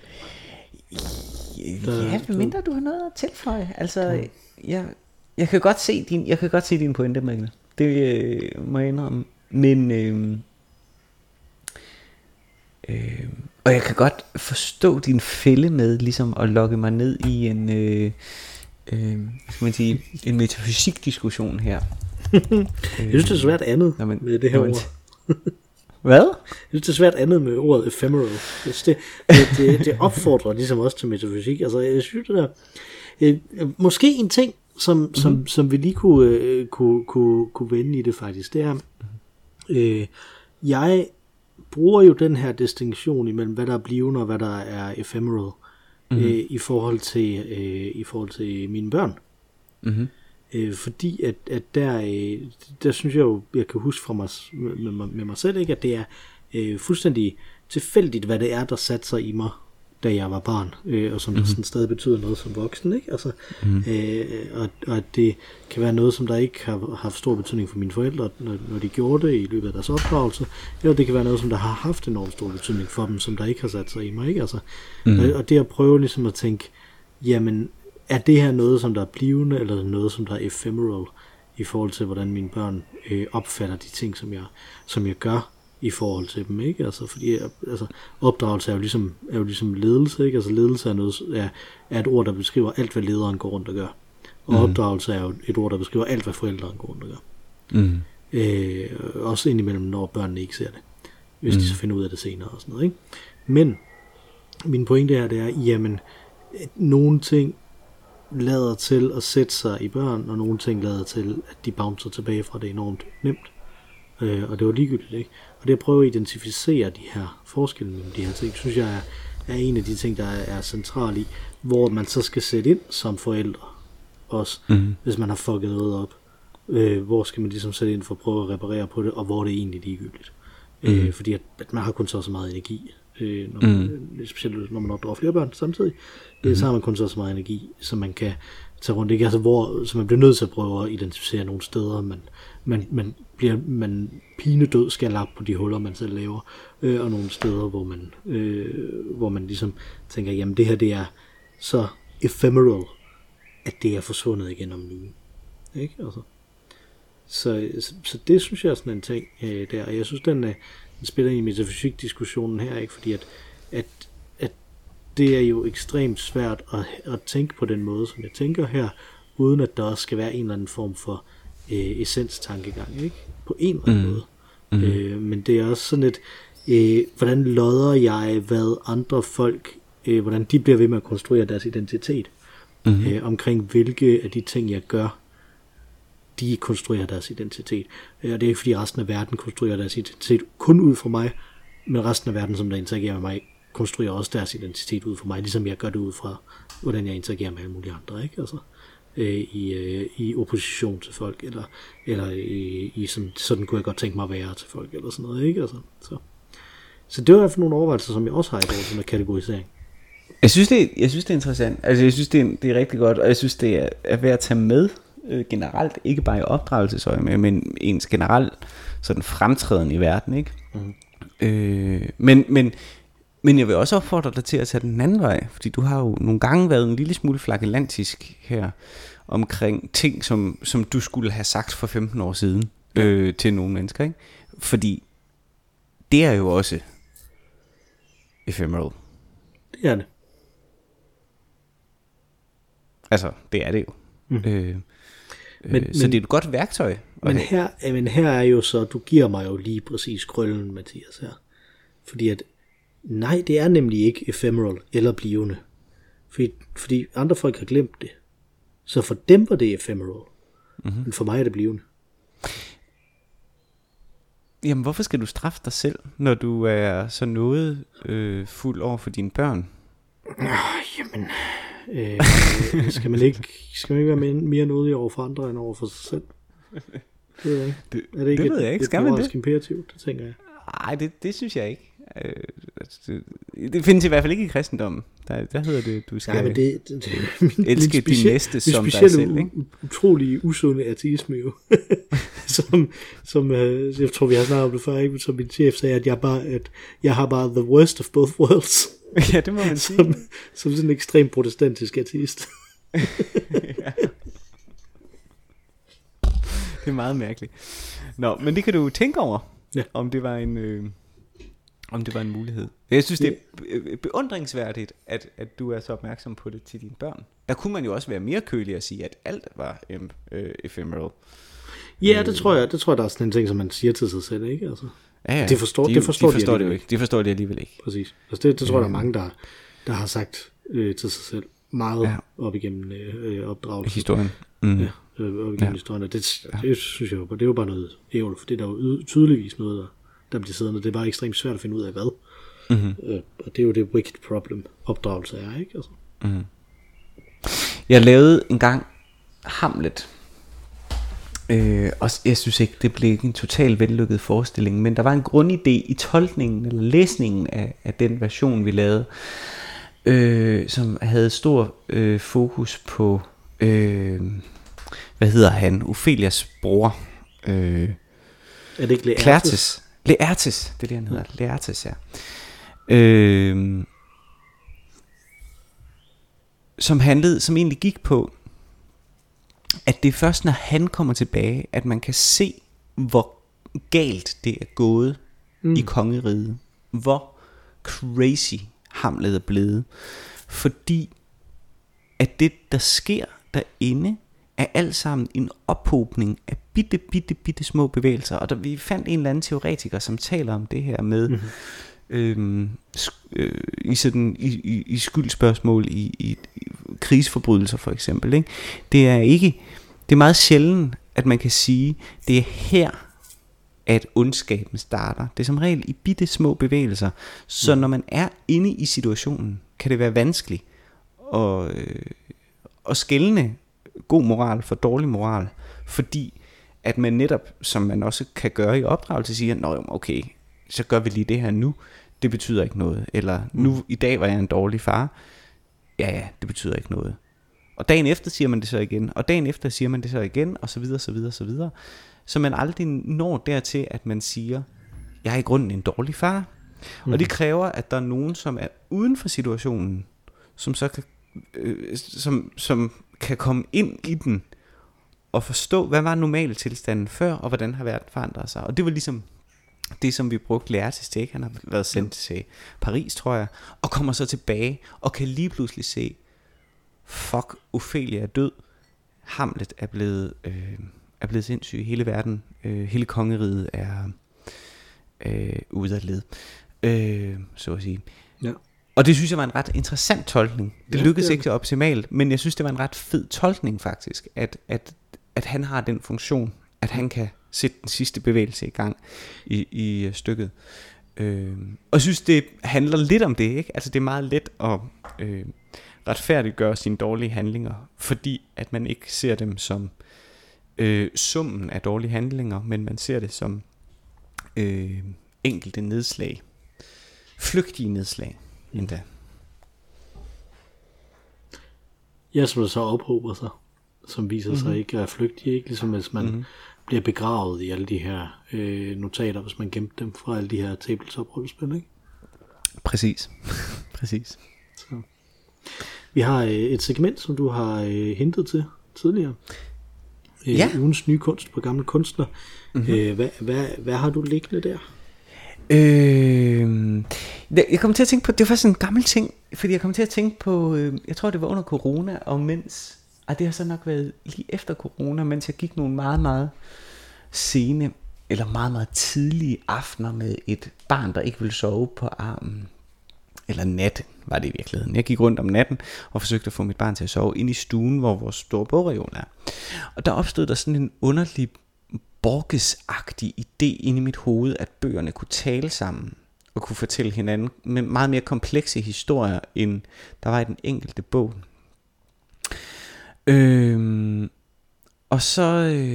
Ja, mindre du har noget at tilføje. Altså, jeg kan godt se din pointe, Mikkel. Det må jeg indrømme. Men Og jeg kan godt forstå din fælde med ligesom at lokke mig ned i en skal man sige, en metafysikdiskussion her. Jeg synes, det er svært andet med det her ord. Hvad? Jeg synes, det er svært andet med ordet ephemeral. Det opfordrer ligesom også til metafysik. Altså, jeg synes det der... måske en ting, som vi lige kunne vende i det faktisk, det er... jeg bruger jo den her distinktion imellem, hvad der er blivende og hvad der er ephemeral, i forhold til mine børn. Mm-hmm. Fordi at der synes jeg jo, jeg kan huske fra mig med mig selv, ikke, at det er fuldstændig tilfældigt, hvad det er, der satte sig i mig, da jeg var barn, og som der sådan stadig betyder noget som voksen, ikke? Altså, og at det kan være noget, som der ikke har haft stor betydning for mine forældre, når de gjorde det i løbet af deres opdragelse, eller det kan være noget, som der har haft enormt stor betydning for dem, som der ikke har sat sig i mig, ikke? Altså, og det at prøve ligesom at tænke, jamen, er det her noget, som der er blivende, eller noget, som der er ephemeral, i forhold til, hvordan mine børn opfatter de ting, som jeg gør i forhold til dem, ikke? Altså, fordi opdragelse er jo ligesom ledelse, ikke? Altså, ledelse er et ord, der beskriver alt, hvad lederen går rundt og gør. Og opdragelse er jo et ord, der beskriver alt, hvad forældrene går rundt og gør. Også indimellem, når børnene ikke ser det. Hvis de så finder ud af det senere og sådan noget, ikke? Men min pointe her, det er, jamen, nogle ting lader til at sætte sig i børn, og nogle ting lader til, at de bouncer tilbage fra det enormt nemt. Og det var ligegyldigt, ikke? Og det at prøve at identificere de her forskelle mellem de her ting, synes jeg er en af de ting, der er central i, hvor man så skal sætte ind som forældre også, hvis man har fucket noget op. Hvor skal man ligesom sætte ind for at prøve at reparere på det, og hvor det er egentlig ligegyldigt. Fordi at man har kun så meget energi, specielt når man opdrager flere børn samtidig, så har man kun så meget energi, som man kan tage rundt, ikke? Altså så man bliver nødt til at prøve at identificere nogle steder, man pinedød skal lappe på de huller, man selv laver, og nogle steder, hvor man ligesom tænker, jamen det her, det er så ephemeral, at det er forsvundet igen om en uge, ikke? Altså. Så det synes jeg er sådan en ting der, og jeg synes, den spiller i metafysik-diskussionen her, ikke? Fordi at det er jo ekstremt svært at tænke på den måde, som jeg tænker her, uden at der også skal være en eller anden form for essenstankegang, ikke? På en eller anden måde. Men det er også sådan et, hvordan lodder jeg, hvad andre folk, hvordan de bliver ved med at konstruere deres identitet, omkring hvilke af de ting, jeg gør, de konstruerer deres identitet. Og det er ikke fordi resten af verden konstruerer deres identitet kun ud fra mig, men resten af verden, som der interagerer med mig, konstruerer også deres identitet ud fra mig, ligesom jeg gør det ud fra, hvordan jeg interagerer med alle mulige andre, ikke? Altså, i opposition til folk, eller i sådan kunne jeg godt tænke mig at være til folk, eller sådan noget, ikke? Altså, så det var i hvert fald nogle overvejelser, som jeg også har i forhold til med kategorisering. Jeg synes, det er interessant. Altså, jeg synes, det er rigtig godt, og jeg synes, det er værd at tage med generelt, ikke bare i opdragelsesøje, men ens generelt sådan fremtræden i verden, ikke? Men jeg vil også opfordre dig til at tage den anden vej, fordi du har jo nogle gange været en lille smule flagellantisk her omkring ting, som du skulle have sagt for 15 år siden til nogle mennesker, ikke? Fordi det er jo også ephemeral. Det er det. Altså, det er det jo. Så det er et godt værktøj. Men her er jo så, du giver mig jo lige præcis krøllen, Mathias, her. Fordi at, nej, det er nemlig ikke ephemeral eller blivende. Fordi andre folk har glemt det. Så for dem var det ephemeral. Men for mig er det blivende. Jamen, hvorfor skal du straffe dig selv, når du er så noget fuld over for dine børn? Jamen... skal man ikke være mere nådig over for andre end over for sig selv? Det ved jeg ikke. Er det ikke ved jeg ikke. Skal man det? Imperativ, det tænker jeg. Nej, det synes jeg ikke. Det findes i hvert fald ikke i kristendommen. Der hedder det, du skal elske din næste som dig selv, ikke? Utrolig usunde ateisme jo. som jeg tror vi har snakket om det før, ikke? Som min chef sagde, at jeg har bare the worst of both worlds. Ja, det må man sige. Som sådan en ekstrem protestantisk ateist. Ja. Det er meget mærkeligt. Nå, men det kan du tænke over, om det var om det var en mulighed. Jeg synes, det er beundringsværdigt, at du er så opmærksom på det til dine børn. Der kunne man jo også være mere kølig og sige, at alt var ephemeral. Ja, det tror jeg, der er sådan en ting, som man siger til sig selv, ikke? Altså, ja. de forstår det jo ikke. De forstår det alligevel ikke. Præcis. Altså det tror jeg, der er mange, der har sagt til sig selv meget op igennem opdragelsen. Historien. Ja, op igennem historien. Det synes jeg jo, det er jo bare noget ævl, for det er der jo tydeligvis noget, der bliver siddende. Det er bare ekstremt svært at finde ud af, hvad. Og det er jo det wicked problem, opdragelse er, ikke? Altså. Jeg lavede engang Hamlet, og jeg synes ikke, det blev en total vellykket forestilling, men der var en grundidé i tolkningen eller læsningen af den version, vi lavede, som havde stor fokus på, hvad hedder han, Ophelias bror, er det ikke Laertes? Laertes, det er det han hedder, Laertes, ja. Som egentlig gik på, at det er først når han kommer tilbage, at man kan se hvor galt det er gået i kongeriget, hvor crazy Hamlet er blevet, fordi at det der sker derinde er alt sammen en ophobning af bitte små bevægelser. Og vi fandt en eller anden teoretiker, som taler om det her med i skyldspørgsmål i krigsforbrydelser for eksempel, ikke? Det er meget sjældent, at man kan sige, det er her at ondskaben starter. Det er som regel i bitte små bevægelser. Så når man er inde i situationen, kan det være vanskeligt at skelne god moral for dårlig moral, fordi at man netop, som man også kan gøre i opdragelse, siger, nå okay, så gør vi lige det her nu, det betyder ikke noget, eller nu i dag var jeg en dårlig far, ja, det betyder ikke noget. Og dagen efter siger man det så igen, og dagen efter siger man det så igen, og så videre, så videre, så videre. Så man aldrig når dertil, at man siger, jeg er i grunden en dårlig far. Og det kræver, at der er nogen, som er uden for situationen, som så kan, som kan komme ind i den, og forstå, hvad var normaltilstanden før, og hvordan har verden forandret sig. Og det var ligesom det, som vi brugte Laertes til. Han har været sendt til Paris, tror jeg, og kommer så tilbage, og kan lige pludselig se, fuck, Ophelia er død, Hamlet er blevet sindssyg, hele verden, hele kongeriget er ude af led, så at sige. Ja. Og det synes jeg var en ret interessant tolkning. Det lykkedes ikke optimalt, men jeg synes det var en ret fed tolkning faktisk, at han har den funktion, at han kan sætte den sidste bevægelse i gang i stykket. Og jeg synes det handler lidt om det, ikke? Altså det er meget let at retfærdiggøre sine dårlige handlinger, fordi at man ikke ser dem som summen af dårlige handlinger, men man ser det som enkelte nedslag, flygtige nedslag endda. Ja, som der så ophober sig, som viser sig ikke at flygtige, ikke? Ligesom hvis man bliver begravet i alle de her notater, hvis man gemte dem fra alle de her tabletop-rollespil, ikke? Præcis. Præcis. Så. Vi har et segment, som du har hentet til tidligere. Ugens nye kunst på Gamle Kunstner. Hvad har du liggende der? Jeg kom til at tænke på, det var faktisk en gammel ting, fordi jeg kom til at tænke på, jeg tror det var under corona, og mens, det har så nok været lige efter corona, mens jeg gik nogle meget, meget sene, eller meget, meget tidlige aftener med et barn, der ikke ville sove på armen. Eller natten var det i virkeligheden. Jeg gik rundt om natten og forsøgte at få mit barn til at sove ind i stuen, hvor vores store bogreol er. Og der opstod der sådan en underlig Borges-agtig idé inde i mit hoved, at bøgerne kunne tale sammen og kunne fortælle hinanden med meget mere komplekse historier, end der var i den enkelte bog. Og så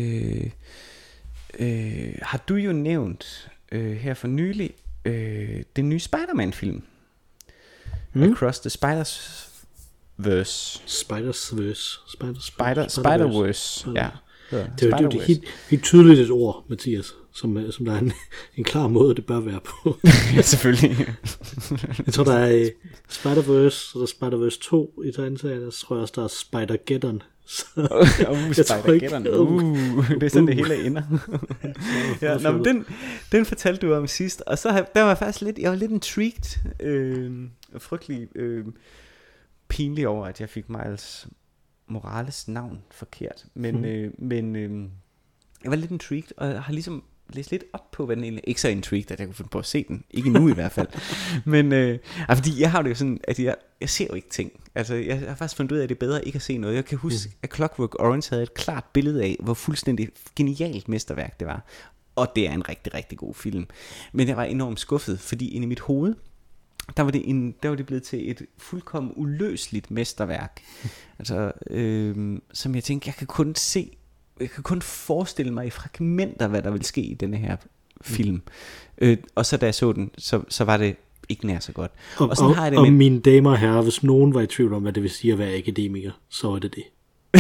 har du jo nævnt her for nylig den nye Spider-Man-film. Across the Spider-Verse. Spider-Verse. Ja. Det er helt tydeligt et ord, Mathias, som der er en klar måde, det bør være på. Ja, selvfølgelig. Jeg tror, der er Spider-Verse, så der er Spider-Verse 2 i tegneserien, og så tror jeg også, der er Spider-Geddon, Så jeg tror ikke, det er sådan det hele ender. Ja, nå, men den fortalte du om sidst. Og så der var jeg faktisk lidt, jeg var lidt intrigued, frygtelig pinlig over, at jeg fik Miles Morales navn forkert. Men jeg var lidt intrigued, og jeg har ligesom læst lidt op på, hvad den egentlig... Ikke så intrigued, at jeg kunne finde på at se den. Ikke nu i hvert fald. Men fordi jeg har det jo sådan, at jeg ser jo ikke ting. Altså, jeg har faktisk fundet ud af, at det er bedre ikke at se noget. Jeg kan huske, at Clockwork Orange havde et klart billede af, hvor fuldstændig genialt mesterværk det var. Og det er en rigtig, rigtig god film. Men jeg var enormt skuffet, fordi inde i mit hoved, der var det blevet til et fuldkommen uløseligt mesterværk. Altså, som jeg tænkte, jeg kan kun forestille mig i fragmenter, hvad der vil ske i denne her film. Og så da jeg så den, så var det ikke nær så godt. Og sådan har jeg det med... mine damer og herrer, hvis nogen var i tvivl om, hvad det vil sige at være akademiker, så er det det.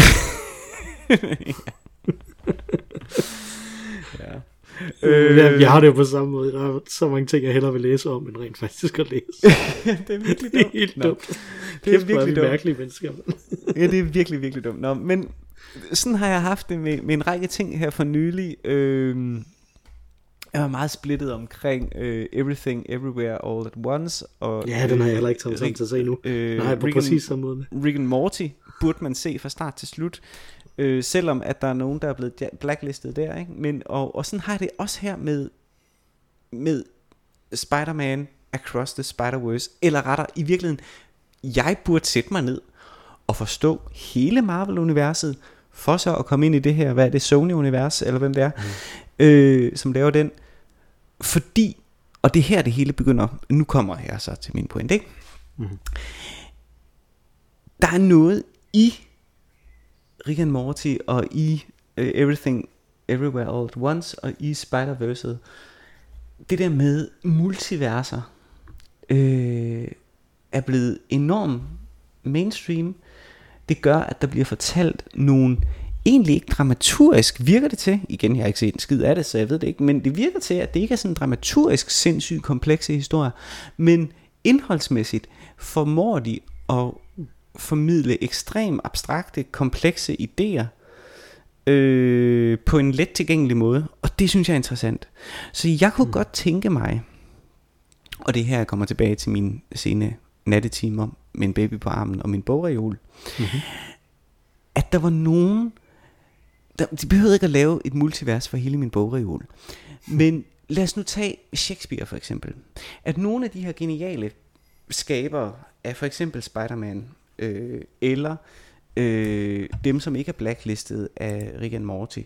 Ja. Jeg har det jo på samme måde. Der er så mange ting, jeg hellere vil læse om, end rent faktisk at læse. Det er virkelig dumt. Det er helt dumt. Det er virkelig dumt. Mærkelige mennesker. Ja, det er virkelig, virkelig dumt. Nå, men sådan har jeg haft det med en række ting her for nylig. Jeg var meget splittet omkring Everything, Everywhere, All at Once. Og, ja, den har jeg heller ikke taget til at se nu. Nej, på præcis samme måde. Rick and Morty burde man se fra start til slut. Selvom at der er nogen, der er blevet blacklistet der, ikke? Men, og sådan har jeg det også her med Spider-Man Across the Spider-Verse. Eller rettere, i virkeligheden, jeg burde sætte mig ned og forstå hele Marvel-universet, for så at komme ind i det her, hvad er det, Sony-univers, eller hvem det er, som laver den. Fordi, og det her det hele begynder, nu kommer jeg så til min pointe, ikke? Der er noget i Rick and Morty og i Everything Everywhere All at Once og i Spider-Verse, det der med multiverser er blevet enormt mainstream. Det gør, at der bliver fortalt nogle egentlig ikke dramaturgisk, virker det til, igen jeg har ikke set en skid af det, så jeg ved det ikke, men det virker til, at det ikke er sådan dramaturgisk sindssygt komplekse historier, men indholdsmæssigt formår de at formidle ekstremt abstrakte, komplekse idéer på en let tilgængelig måde, og det synes jeg er interessant. Så jeg kunne godt tænke mig, og det er her jeg kommer tilbage til mine sene nattetimer med en baby på armen og min bogreol, at der var nogen, de behøvede ikke at lave et multivers for hele min bogreol, men lad os nu tage Shakespeare for eksempel, at nogle af de her geniale skabere af for eksempel Spider-Man, eller dem som ikke er blacklistet af Rick and Morty,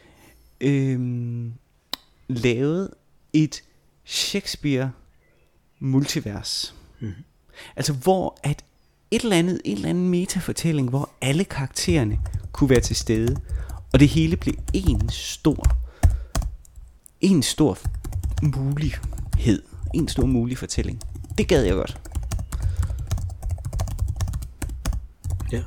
lavede et Shakespeare multivers. Altså hvor at en eller anden metafortælling, hvor alle karaktererne kunne være til stede, og det hele blev en stor mulighed, en stor mulig fortælling. Det gad jeg godt. Ja.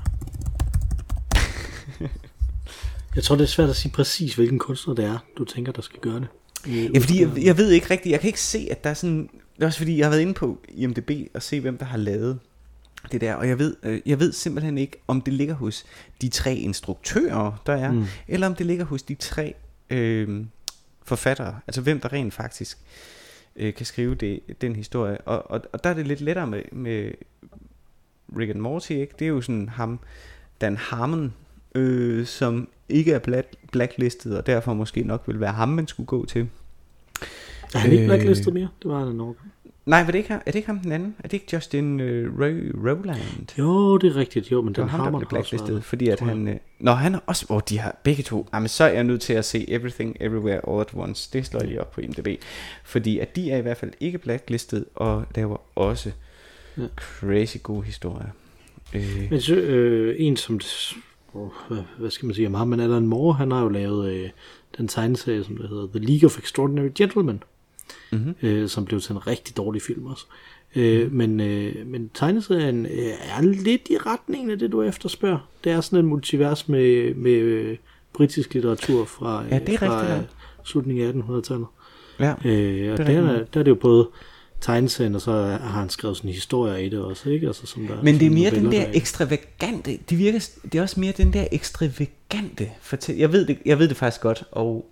Jeg tror det er svært at sige præcis hvilken kunstner det er du tænker der skal gøre det. Ja, fordi jeg ved ikke rigtigt. Jeg kan ikke se at der er sådan. Det er også fordi jeg har været inde på IMDb og se hvem der har lavet det der, og jeg ved simpelthen ikke om det ligger hos de 3 instruktører der er, eller om det ligger hos de 3 forfattere. Altså hvem der rent faktisk kan skrive den historie. Og der er det lidt lettere med Rick and Morty, ikke? Det er jo sådan ham, Dan Harmon, som ikke er blacklistet, og derfor måske nok vil være ham, man skulle gå til. Er han ikke blacklistet mere? Det var han nok. Nej, er det ikke ham den anden? Er det ikke Justin Roiland? Jo, det er rigtigt. Jo, men Dan Harmon blev blacklistet, fordi at han... han er også... de har begge to... Jamen, så er jeg nødt til at se Everything, Everywhere, All at Once. Det slår jeg lige op på IMDb. Fordi at de er i hvert fald ikke blacklistet, og laver også crazy gode historier. Men en som... hvad skal man sige om ham? Men Alan Moore, han har jo lavet den tegneserie, som det hedder The League of Extraordinary Gentlemen, som blev til en rigtig dårlig film også. Men tegneserien er lidt i retningen af det, du efterspørger. Det er sådan en multivers med britisk litteratur fra slutningen af 1800-tallet. Ja, og der er det jo både tegneserien, og så har han skrevet sådan historier i det også, ikke? Altså, som der, men det er mere den der ekstravagante, det er også mere den der ekstravagante jeg ved det faktisk godt, og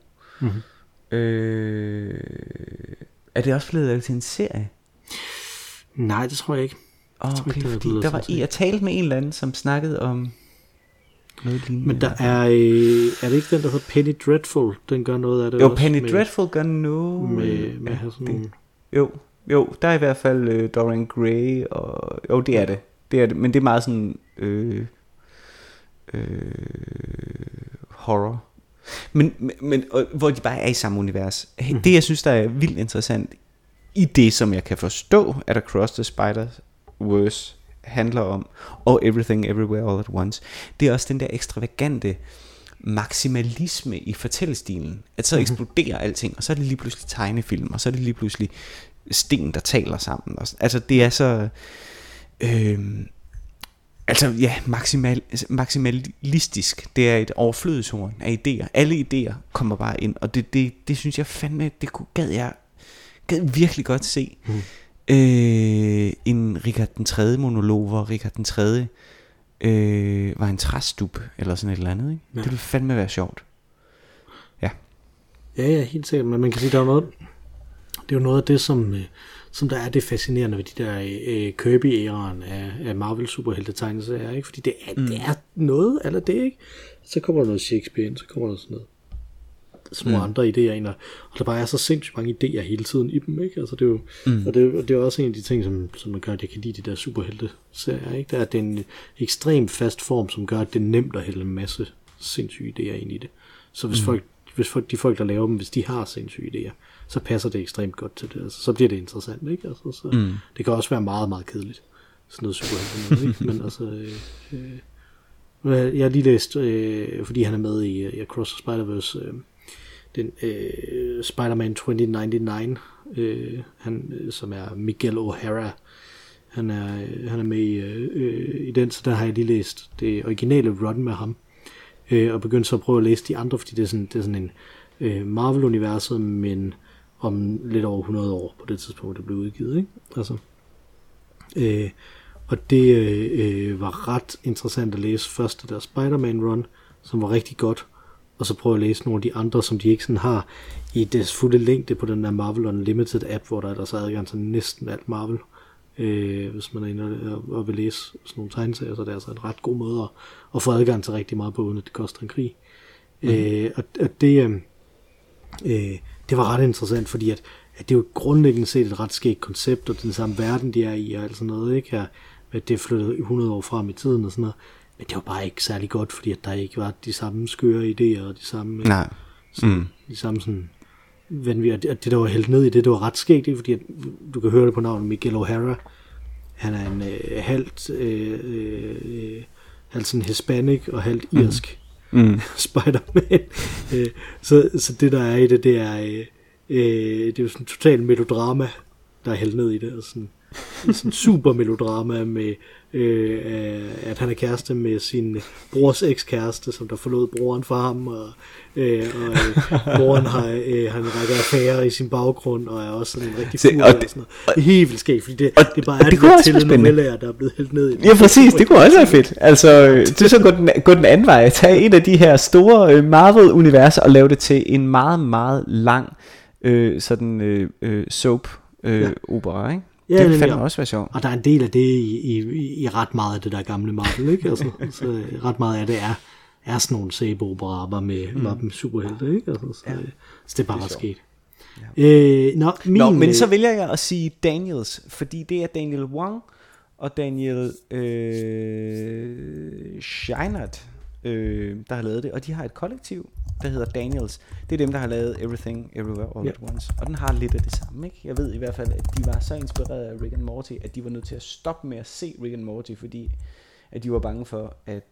er det også blevet til en serie? Nej, det tror jeg ikke. Okay, fordi der var jeg talte med en eller anden, som snakkede om noget lignende. Men der er det ikke den, der hedder Penny Dreadful? Den gør noget af det. Jo, Penny Dreadful gør noget med at have sådan nogle... Jo, der er i hvert fald Dorian Gray, og jo, det er det, men det er meget sådan horror. Men hvor de bare er i samme univers. Det jeg synes der er vildt interessant i det, som jeg kan forstå, at Across the Spider-Verse handler om, og Everything Everywhere All at Once, det er også den der ekstravagante maksimalisme i fortællestilen, at så eksploderer alting, og så er det lige pludselig tegnefilm, og så er det lige pludselig sten, der taler sammen. Altså det er så maksimalistisk. Det er et overflødighedshorn af idéer. Alle idéer kommer bare ind, og det synes jeg fandme, gad virkelig godt se. En Richard den 3. monolog, hvor Richard den 3. Var en træstub eller sådan et eller andet, ikke? Ja. Det ville fandme være sjovt. Ja, helt sikkert. Men man kan sige, der er noget. Det er jo noget af det, som der er det fascinerende ved de der Kirby-æraen af Marvel superhelte tegneserier, ikke? Fordi det er noget eller det, ikke? Så kommer der noget Shakespeare ind, så kommer der sådan noget små andre idéer ind, og der bare er så sindssygt mange idéer hele tiden i dem, ikke? Altså det er jo, og det er også en af de ting, som man gør, at jeg kan lide de der superhelte-serier, ikke? Der er det en ekstrem fast form, som gør, at det er nemt at hælde en masse sindssyge idéer ind i det. Så hvis de folk, der laver dem, hvis de har sindssyge idéer, så passer det ekstremt godt til det. Altså, så bliver det interessant, ikke? Altså, så, det kan også være meget, meget kedeligt. Sådan noget superhelte, ikke? Men altså... jeg har lige læst, fordi han er med i Across the Spider-Verse, den Spider-Man 2099, han, som er Miguel O'Hara. Han er med i den, så der har jeg lige læst det originale run med ham. Og begyndt så at prøve at læse de andre, fordi det er sådan en Marvel-universet, men om lidt over 100 år på det tidspunkt, det blev udgivet, ikke? Altså, og det var ret interessant at læse først det der Spider-Man-run, som var rigtig godt, og så prøve at læse nogle af de andre, som de ikke sådan har i deres fulde længde på den der Marvel Unlimited app, hvor der er der så adgang til næsten alt Marvel. Hvis man er inde og vil læse sådan nogle tegneserier, så er det altså en ret god måde at få adgang til rigtig meget på, uden at det koster en krig. Og det var ret interessant, fordi at det er jo grundlæggende set et ret skægt koncept, og den samme verden, de er i, og alt sådan noget, ikke? Her, at det er flyttet 100 år frem i tiden og sådan noget. Men det var bare ikke særlig godt, fordi at der ikke var de samme skøre idéer, og de samme... de samme sådan... Det der var hældt ned i det var ret skægt, ikke? Fordi at, du kan høre det på navnet Miguel O'Hara. Han er en halvt sådan hispanic og halvt irsk Spider-Man. Så det der er i det, det er jo sådan total melodrama, der er hældt ned i det, og sådan super melodrama med at han er kæreste med sin brors ekskæreste, som der forlod broren for ham, og broren han rækker affære i sin baggrund, og er også sådan en rigtig fugl og sådan noget. Det er helt vildt skægt, fordi det bare er det til noveller, der er blevet hældt ned i det. Ja, præcis, det kunne også være fedt. Altså, det er så gå den anden vej. Tag en af de her store Marvel-universer og lave det til en meget, meget lang soap-opera, ikke? Ja, det fandme også være sjovt. Og der er en del af det i ret meget af det der gamle Marvel, ikke? Altså, så ret meget af det er sådan nogle sæbeoperaer med superhelte, ikke? Altså, så det er bare ret sket. Ja. Men så vælger jeg at sige Daniels, fordi det er Daniel Wong og Daniel Scheinert, der har lavet det, og de har et kollektiv, der hedder Daniels. Det er dem, der har lavet Everything Everywhere All at Once, og den har lidt af det samme, ikke? Jeg ved i hvert fald, at de var så inspireret af Rick and Morty, at de var nødt til at stoppe med at se Rick and Morty, fordi at de var bange for,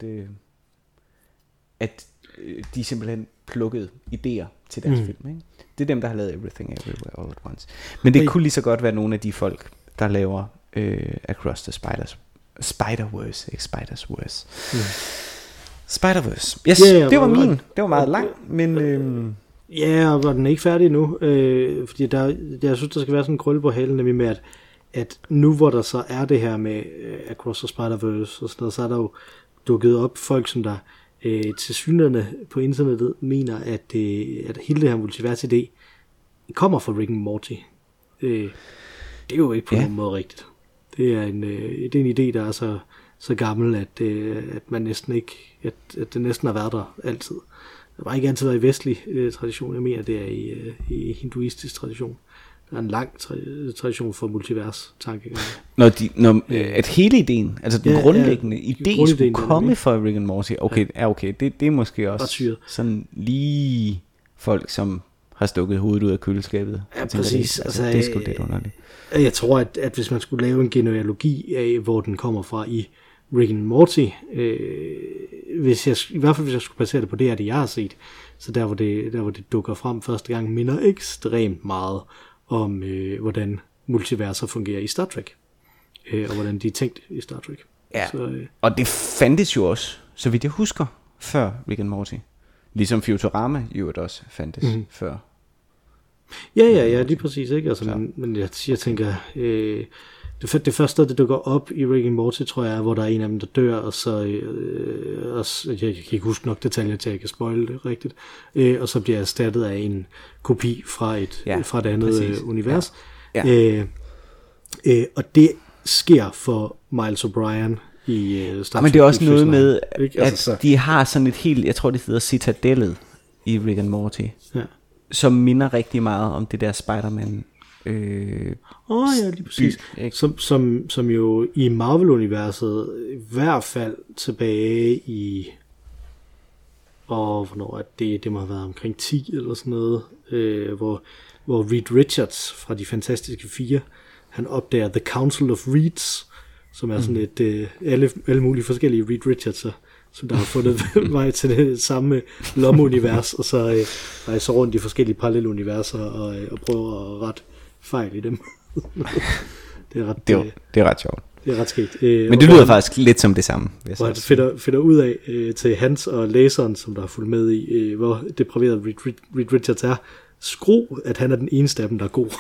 at de simpelthen plukkede idéer til deres film, ikke? Det er dem, der har lavet Everything Everywhere All at Once. Men det kunne lige så godt være nogle af de folk, der laver Across the Spider-Verse, ikke Spider-Verse. Spider-Verse. Yes, det var min. Det var meget langt, men Ja, og var den ikke færdig nu, fordi jeg synes, der skal være sådan en krølle på halen, nemlig med, at nu hvor der så er det her med Across the Spider-Verse og sådan noget, så er der jo dukket op folk, som der til synligheden på internettet mener, at hele det her multivers-idé kommer fra Rick and Morty. Det er jo ikke på nogen måde rigtigt. Det er en idé, der er så gammel, at man næsten ikke, at det næsten har været der altid. Det har ikke altid været i vestlig tradition. Jeg mener, det er i hinduistisk tradition. Der er en lang tradition for multivers-tankegang. At hele ideen, altså den grundlæggende idé, skulle komme fra Rick and Morty, okay, det er måske også sådan lige folk, som har stukket hovedet ud af køleskabet. Ja, præcis. Det er sgu lidt underligt. Jeg tror, at hvis man skulle lave en genealogi af, hvor den kommer fra i Rick and Morty, i hvert fald hvis jeg skulle basere det på det jeg har set, så der hvor det dukker frem første gang, minder ekstremt meget om, hvordan multiverser fungerer i Star Trek, og hvordan de er tænkt i Star Trek. Ja, og det fandtes jo også, så vidt jeg husker, før Rick and Morty. Ligesom Futurama jo også fandtes før. Ja, lige præcis, ikke? Altså, men jeg tænker, det første sted, det dukker op i Rick and Morty, tror jeg, hvor der er en af dem, der dør, og så jeg kan ikke huske nok detaljer til, at jeg kan spoile det rigtigt, og så bliver erstattet af en kopi fra et andet univers. Ja. Og det sker for Miles O'Brien i Star Trek. Men det er også noget med, at de har sådan et helt, jeg tror det hedder Citadellet i Rick and Morty, som minder rigtig meget om det der Spider-Man. Ja, lige præcis. Som jo i Marvel-universet, i hvert fald tilbage i, hvornår er det må have været omkring 10 eller sådan noget, hvor Reed Richards fra De Fantastiske 4, han opdager The Council of Reeds, som er sådan et, alle mulige forskellige Reed Richardser, som der har fundet vej til det samme lommeunivers, og så rejser rundt i forskellige paralleluniverser og prøver at rette fejl i dem. Det er ret sjovt. Det er ret skægt. Men det lyder faktisk lidt som det samme. Og han finder ud af til Hans og læseren, som der har fulgt med i, hvor depraveret Reed Richards er, skru, at han er den eneste af dem, der er god.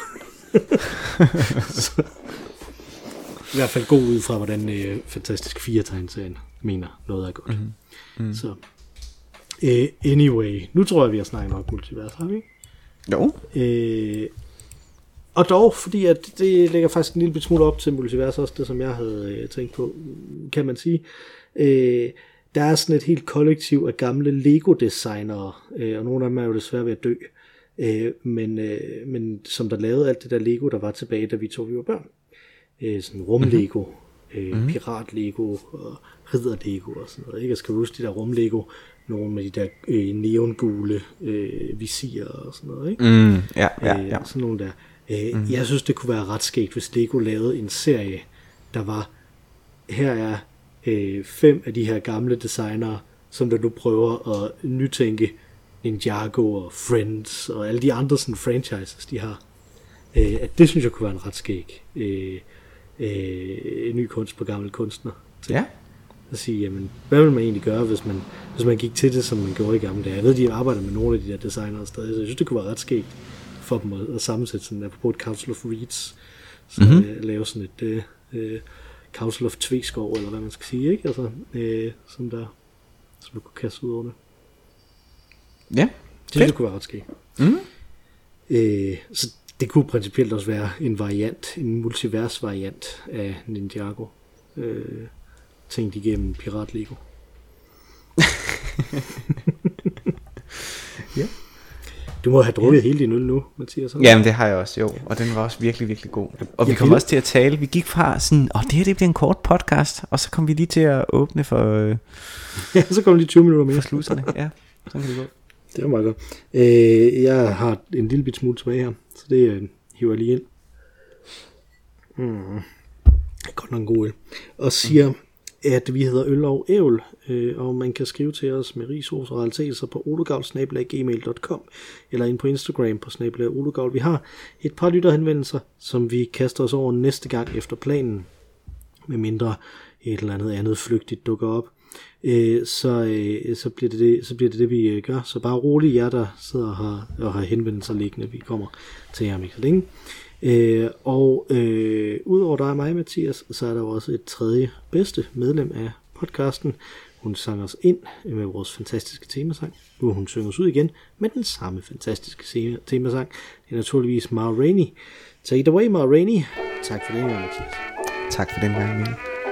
I hvert fald god ud fra, hvordan Fantastisk 4-tegneserien mener noget er godt. Så anyway, nu tror jeg, vi har snakket nok multivers, har vi ikke? Jo. Og dog, fordi at det lægger faktisk en lille smule op til multivers, også det som jeg havde tænkt på, kan man sige. Der er sådan et helt kollektiv af gamle Lego-designere, og nogle af dem er jo desværre ved at dø, men som der lavede alt det der Lego, der var tilbage, da vi var børn. Sådan rum-Lego, pirat-Lego og ridder-Lego og sådan noget. Ikke? Jeg skal huske de der rum-Lego, nogle med de der neongule visirer og sådan noget. Ikke? Ja. Sådan nogle der. Jeg synes, det kunne være ret skægt, hvis Lego lavede en serie, der var, her er 5 af de her gamle designere, som der nu prøver at nytænke Ninjago og Friends og alle de andre sådan franchises, de har. At det synes jeg kunne være en ret skæg ny kunst på gamle kunstner. Ja. At sige, jamen, hvad vil man egentlig gøre, hvis man gik til det, som man gjorde i gamle dage? Jeg ved, de arbejder med nogle af de der designere stadig, så jeg synes, det kunne være ret skægt for dem at sammensætte sådan, apropos et Council of Reeds, så lave sådan et Council of Tveskov, eller hvad man skal sige, ikke? Altså, som man kunne kaste ud over det. Ja. Det kunne være ret skægt. Så det kunne principielt også være en variant, en multivers variant af Ninjago, tænkt igennem Pirat Lego. Ja. Du må have drukket hele din øl nu, Mathias. Jamen det har jeg også, jo. Og den var også virkelig, virkelig god. Og vi kom også til at tale. Vi gik fra sådan, det her det bliver en kort podcast, og så kom vi lige til at åbne for... ja, så kom lige 20 minutter mere. For sluserne, ja. Sådan kan det gå. Det var meget godt. Jeg har en lille bit smule tilbage her, så det hiver jeg lige ind. Godt nok en god øl. Og siger, at vi hedder Øl og Ævl, og man kan skrive til os med rigsros og realiteter på olugavl@gmail.com eller ind på Instagram på @olugavl. Vi har et par lytterhenvendelser, som vi kaster os over næste gang efter planen, med mindre et eller andet flygtigt dukker op. så bliver det vi gør. Så bare rolig jer, der sidder og har henvendelser liggende. Vi kommer til jer om ikke så længe. Udover dig og mig, Mathias, så er der også et tredje bedste medlem af podcasten. Hun sang os ind med vores fantastiske temasang. Nu hun synger os ud igen med den samme fantastiske temasang. Det er naturligvis Ma Rainey. Take it away, Ma Rainey. Tak for den gang, Mathias. Tak for den gang, Emil.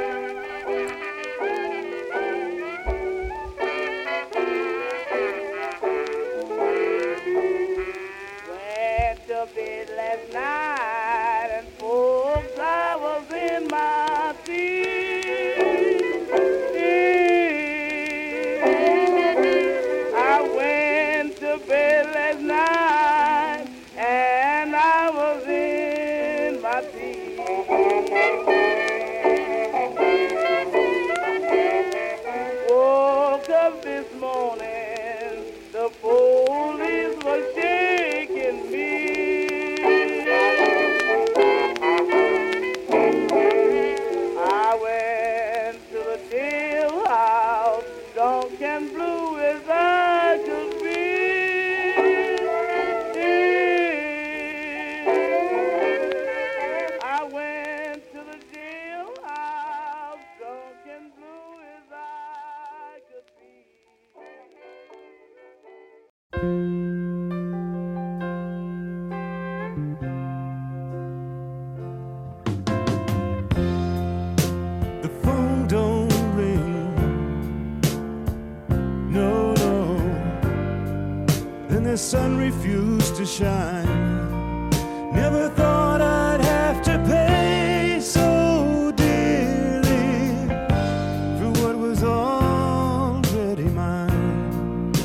The sun refused to shine. Never thought I'd have to pay so dearly for what was already mine.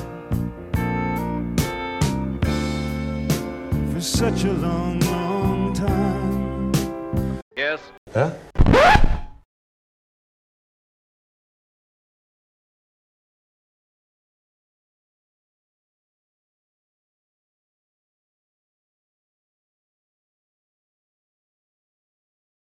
For such a long, long time. Yes. Huh?